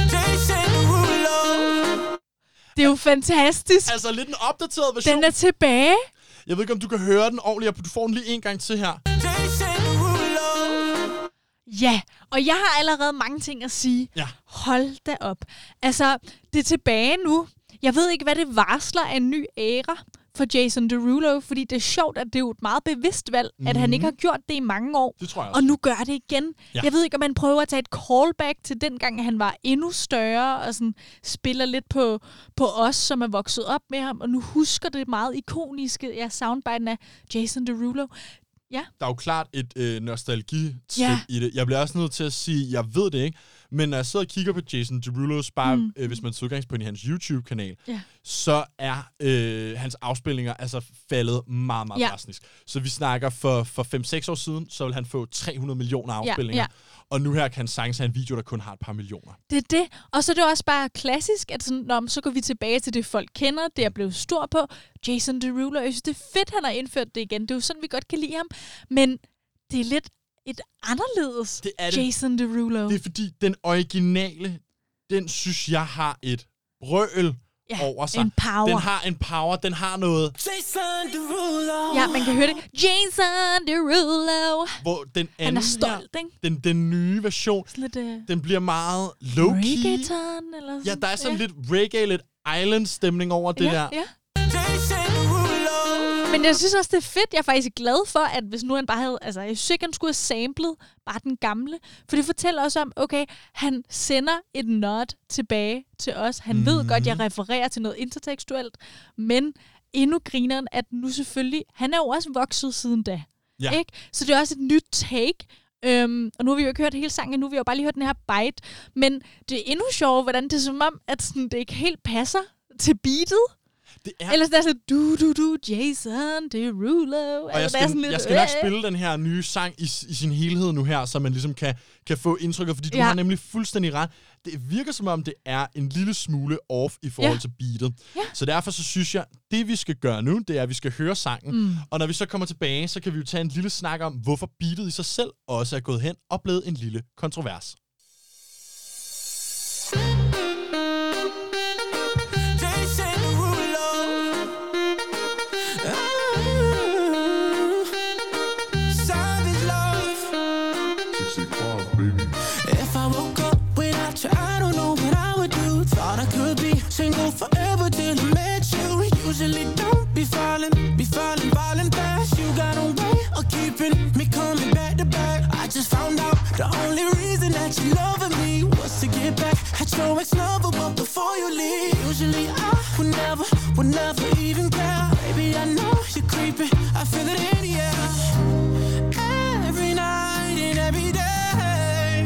Det er jo fantastisk. Altså lidt en opdateret version. Den er tilbage. Jeg ved ikke, om du kan høre den ordentligt. Du får den lige en gang til her. Ja, og jeg har allerede mange ting at sige. Ja. Hold da op. Altså, det er tilbage nu. Jeg ved ikke, hvad det varsler af en ny æra for Jason Derulo, fordi det er sjovt, at det er jo et meget bevidst valg, at han ikke har gjort det i mange år. Det tror jeg også. Og nu gør det igen. Ja. Jeg ved ikke, om man prøver at tage et callback til dengang, han var endnu større, og sådan spiller lidt på os, som er vokset op med ham, og nu husker det meget ikoniske soundbiten af Jason Derulo. Ja. Der er jo klart et nostalgi-trip i det. Jeg bliver også nødt til at sige, jeg ved det ikke, men når jeg sidder og kigger på Jason Derulos, bare hvis man tager udgangspunkt i hans YouTube-kanal, så er hans afspillinger altså faldet meget, meget drastisk. Så vi snakker for 5-6 år siden, så vil han få 300 millioner afspillinger. Og nu her kan han sagtens have en video, der kun har et par millioner. Det er det. Og så er det også bare klassisk, at sådan, så går vi tilbage til det, folk kender, det er blevet stor på. Jason Derulo, jeg synes, det er fedt, han har indført det igen. Det er jo sådan, vi godt kan lide ham. Men det er lidt et anderledes Jason Derulo. Det er fordi, den originale, den synes jeg har et brøl over sig. En power. Den har en power, den har noget. Jason Derulo. Ja, man kan høre det. Jason Derulo. Hvor den anden han er stolt, ikke? Den nye version, lidt, den bliver meget low-key. reggaeton, eller sådan. Ja, der er sådan lidt reggae, lidt island-stemning over det der. Ja. Men jeg synes også, det er fedt. Jeg er faktisk glad for, at hvis nu han bare havde... Altså, jeg synes ikke, han skulle have samlet bare den gamle. For det fortæller også om, okay, han sender et nod tilbage til os. Han ved godt, jeg refererer til noget intertekstuelt. Men endnu grineren, at nu selvfølgelig... Han er jo også vokset siden da. Ja. Ikke? Så det er også et nyt take. Og nu har vi jo ikke hørt hele sangen, nu har vi jo bare lige hørt den her bite. Men det er endnu sjovere, hvordan det er som om, at sådan, det ikke helt passer til beatet. Det er... Ellers der er sådan, du, Jason Derulo. Og jeg skal nok spille den her nye sang i sin helhed nu her, så man ligesom kan få indtrykket, fordi du har nemlig fuldstændig ret. Det virker som om, det er en lille smule off i forhold til beatet. Ja. Så derfor så synes jeg, det vi skal gøre nu, det er, at vi skal høre sangen. Og når vi så kommer tilbage, så kan vi jo tage en lille snak om, hvorfor beatet i sig selv også er gået hen og blevet en lille kontrovers. Single forever till I met you. Usually don't be falling fast. You got a way of keeping me coming back to back. I just found out the only reason that you loving me was to get back at your ex-lover, but before you leave, usually I would never even care. Baby, I know you're creepy, I feel it in the air. Every night and every day,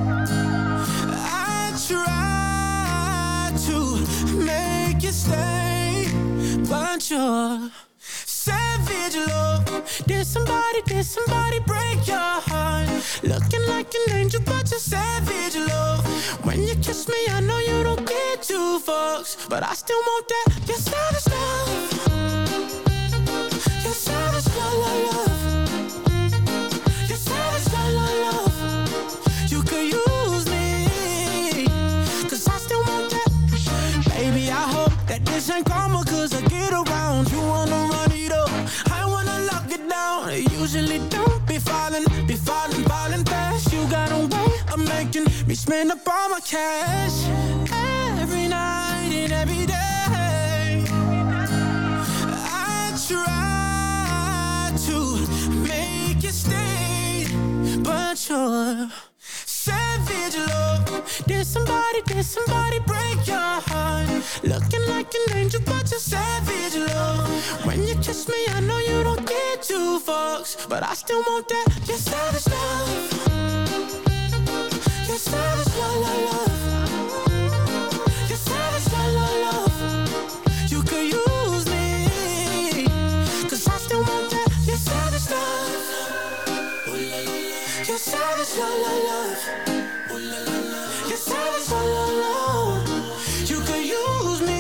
I try to make you stay, but you're savage love. Did somebody break your heart? Looking like an angel, but you're savage love. When you kiss me, I know you don't get two fucks, but I still want that. You're savage love. You're savage love. You're savage love. You could use me, 'cause I still want that. Baby, I hope that this ain't karma, 'cause I get around. You wanna run it up, I wanna lock it down. Usually don't be falling fast. You got a way of making me spend up all my cash. Every night and every day, I try to make you stay, but you're savage love. Did somebody break your heart? Looking like an angel, but you're savage love. When you kiss me, I know you don't get two fucks, but I still want that. You're savage love. You're savage love. You're savage love. You could use me, 'cause I still want that. You're savage love. You're savage love. You're savage love. You could use me,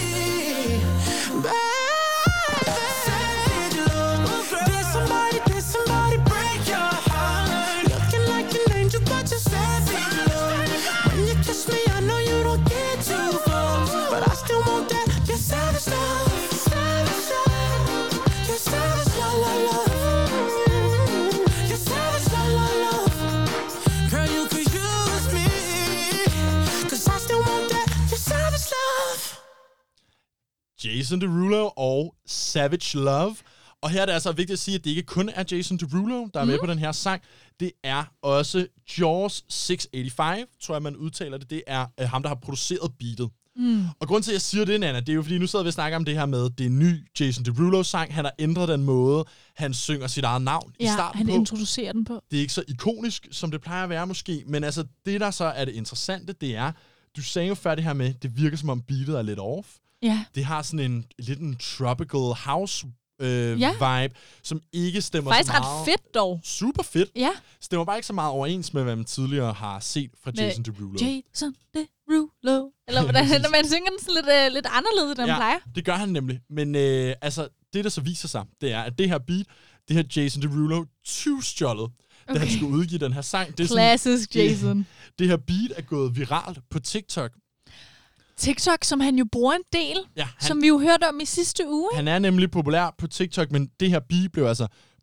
baby. Savage love. Did somebody break your heart? Looking like an angel, but you're savage love. When you kiss me, I know you don't get two fucks, but I still want that. You're savage love. Savage love. You're savage love. You're savage love. Girl, you could use me, 'cause I still want that. You're savage love. Jason Derulo og Savage Love. Og her er det altså vigtigt at sige, at det ikke kun er Jason Derulo, der er med på den her sang. Det er også Jaws 685, tror jeg, man udtaler det. Det er ham, der har produceret beatet. Og grunden til, at jeg siger det, Nana, det er jo, fordi nu sidder vi og snakker om det her med det nye Jason Derulo-sang. Han har ændret den måde, han synger sit eget navn i starten han på. introducerer den på. Det er ikke så ikonisk, som det plejer at være måske. Men altså, det der så er det interessante, det er, du sagde jo før det her med, det virker som om beatet er lidt off. Ja. Det har sådan en tropical house vibe, som ikke stemmer faktisk så meget. ret fedt dog. Super fedt. Ja. Stemmer bare ikke så meget overens med, hvad man tidligere har set fra Jason Derulo. Jason Derulo. Eller hvordan, når man synger den sådan lidt anderledes, end den plejer. Det gør han nemlig. Men altså, det der så viser sig, det er, at det her beat, det her Jason Derulo tyvstjålet, da han skulle udgive den her sang. Det er klassisk sådan, Jason. Det her beat er gået viralt på TikTok. TikTok, som han jo bruger en del, ja, som vi jo hørte om i sidste uge. Han er nemlig populær på TikTok, men det her beat blev altså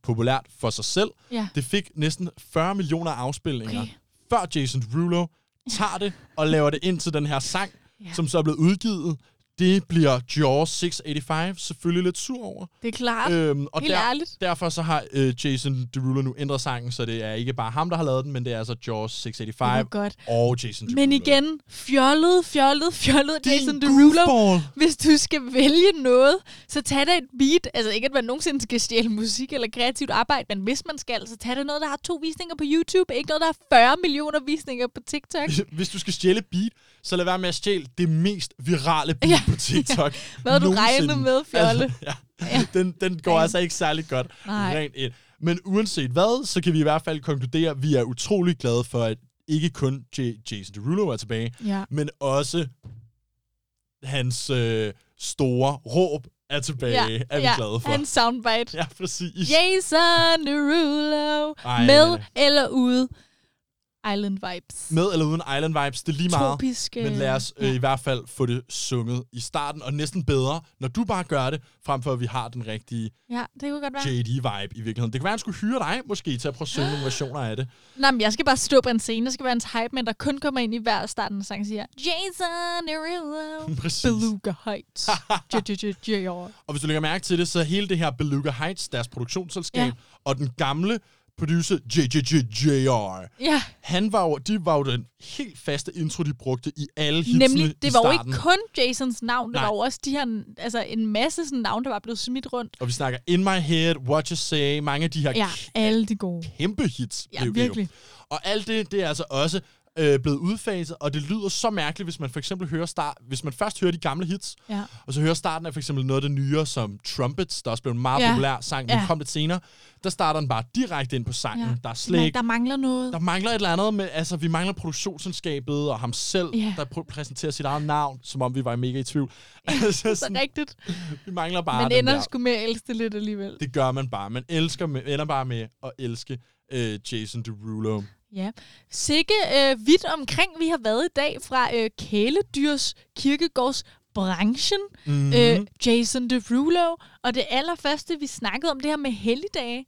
populært for sig selv. Ja. Det fik næsten 40 millioner afspilninger, Okay. før Jason Derulo tager det og laver det ind til den her sang, som så er blevet udgivet. Det bliver Jaws 685 selvfølgelig lidt sur over. Det er klart. Og Helt ærligt. derfor så har Jason Derulo nu ændret sangen, så det er ikke bare ham, der har lavet den, men det er altså Jaws 685 godt. og Jason Derulo. Men igen, fjollet Din Jason Derulo. goofball. Hvis du skal vælge noget, så tag da et beat. Altså ikke, at man nogensinde skal stjæle musik eller kreativt arbejde, men hvis man skal, så tag da noget, der har 2 visninger på YouTube. Ikke noget, der har 40 millioner visninger på TikTok. Hvis du skal stjæle beat, så lad være med at stjæle det mest virale beat på TikTok. Hvad har du nogensinde. regnet med, fjolle? Altså, den går altså ikke særlig godt rent ind. Men uanset hvad, så kan vi i hvert fald konkludere, at vi er utrolig glade for, at ikke kun Jason Derulo er tilbage, men også hans store råb er tilbage, er vi glade for. Hans soundbite. Ja, præcis. Jason Derulo. Med eller ude. Island vibes. Med eller uden Island vibes, det er lige meget. Tropiske. Men lad os i hvert fald få det sunget i starten, og næsten bedre, når du bare gør det, frem for at vi har den rigtige det kunne godt være. JD-vibe i virkeligheden. Det kan være, at han skulle hyre dig måske til at prøve at synge nogle versioner af det. Nej, men jeg skal bare stå på en scene. Der skal være en hype, men der kun kommer ind i hver starten af sangen, siger Jason Derulo. Præcis. Beluga Heights. Og hvis du lægger mærke til det, så hele det her Beluga Heights, deres produktionsselskab, og den gamle producer JR. Ja. De var jo den helt faste intro, de brugte i alle hitsene. Nemlig, det var jo ikke kun Jasons navn, det var jo også de her, altså en masse sådan navn, der var blevet smidt rundt. Og vi snakker In My Head, What You Say, mange af de her alle de gode kæmpe hits. Ja, virkelig. Og alt det er altså også blevet udfaset, og det lyder så mærkeligt, hvis man for eksempel hører hvis man først hører de gamle hits, og så hører starten af for eksempel noget af det nyere, som Trumpets, der også blev en meget populær sang, men kom lidt senere, der starter den bare direkte ind på sangen. Der er slet ikke... Der mangler noget. Der mangler et eller andet med, altså vi mangler produktionsselskabet og ham selv, der præsenterer sit eget navn, som om vi var mega i tvivl. Altså, så rigtigt. Vi mangler bare man ender sgu med at elske det lidt alligevel. Det gør man bare. Man ender bare med at elske Jason Derulo. Ja. Sikke vidt omkring vi har været i dag fra kæledyrs kirkegårds branchen. Jason Derulo. Og det allerførste, vi snakkede om, det her med helligdage.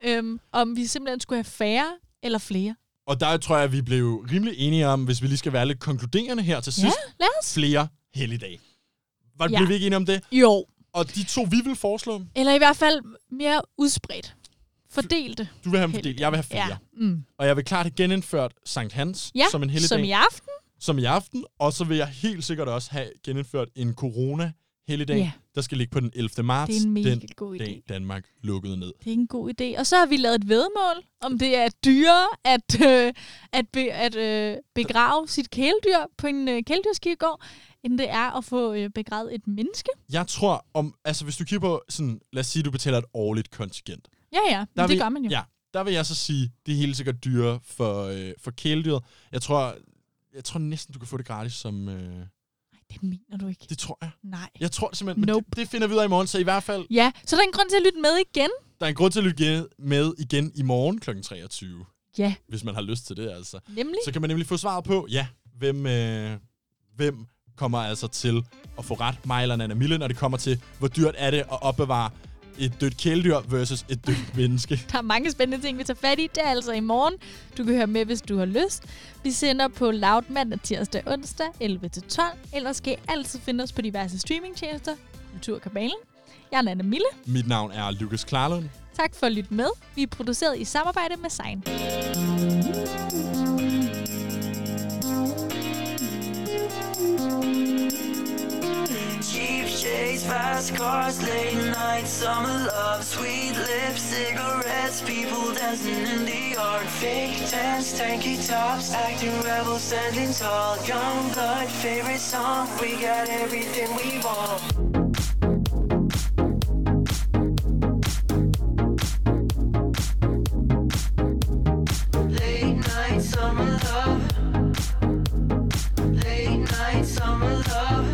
Om vi simpelthen skulle have færre eller flere. Og der tror jeg, at vi blev rimelig enige om, hvis vi lige skal være lidt konkluderende her til sidst. Lad os. Flere helligdage. Blev vi ikke enige om det? Jo. Og de 2, vi vil foreslå? Eller i hvert fald mere udspredt. Fordel det. Du vil have dem fordelt. Jeg vil have 4. Ja. Og jeg vil klart have genindført Sankt Hans som en helligdag. Som i aften. Som i aften. Og så vil jeg helt sikkert også have genindført en corona-helligdag, der skal ligge på den 11. marts. Det er en mega god idé. Dag Danmark lukkede ned. Det er en god idé. Og så har vi lavet et væddemål, om det er dyrere at begrave sit kæledyr på en kæledyrskirkegård, end det er at få begravet et menneske. Jeg tror, hvis du kigger på sådan, lad os sige, du betaler et årligt kontingent. Ja, det gør man jo. Ja, der vil jeg så sige, det er helt sikkert dyrere for kæledyret. Jeg tror næsten, du kan få det gratis som... Nej, det mener du ikke. Det tror jeg. Nej. Jeg tror simpelthen, men det finder vi ud af i morgen, så i hvert fald... Ja, så der er en grund til at lytte med igen. Der er en grund til at lytte med igen i morgen kl. 23. Ja. Hvis man har lyst til det, altså. Nemlig. Så kan man nemlig få svaret på, hvem kommer altså til at få ret, mig eller Nana Mille, når det kommer til, hvor dyrt er det at opbevare et dødt kæledyr versus et dødt menneske. Der er mange spændende ting, vi tager fat i. Det er altså i morgen. Du kan høre med, hvis du har lyst. Vi sender på Loud mandag, tirsdag, onsdag, 11-12. Ellers skal I altid finde os på diverse streamingtjenester. Kulturkabalen. Jeg er Nana Mille. Mit navn er Lukas Klarlund. Tak for at lytte med. Vi er produceret i samarbejde med Sign. Chase, fast cars, late night, summer love, sweet lips, cigarettes, people dancing in the yard, fake tents, tanky tops, acting rebels, standing tall, young blood, favorite song, we got everything we want. Late night, summer love, late night, summer love.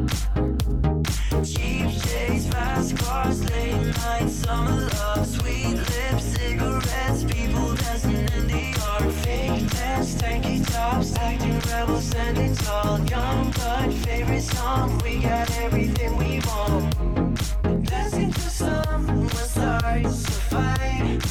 Cheap shades, fast cars, late night, summer love, sweet lips, cigarettes, people dancing in the yard, fake pants, tanky tops, acting rebels, standing tall, young blood, favorite song, we got everything we want. Dancing to someone starts to fight,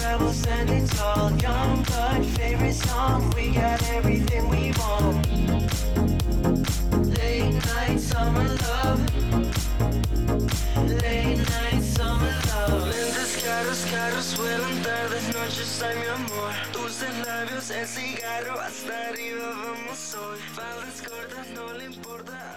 levels and it's all young blood. Favorite song, we got everything we want. Late night summer love. Late night summer love. Lentes caros, vuelan tardes, noches, ay mi amor. Dulces labios, el cigarro, hasta arriba vamos hoy. Faldas cortas, no le importa.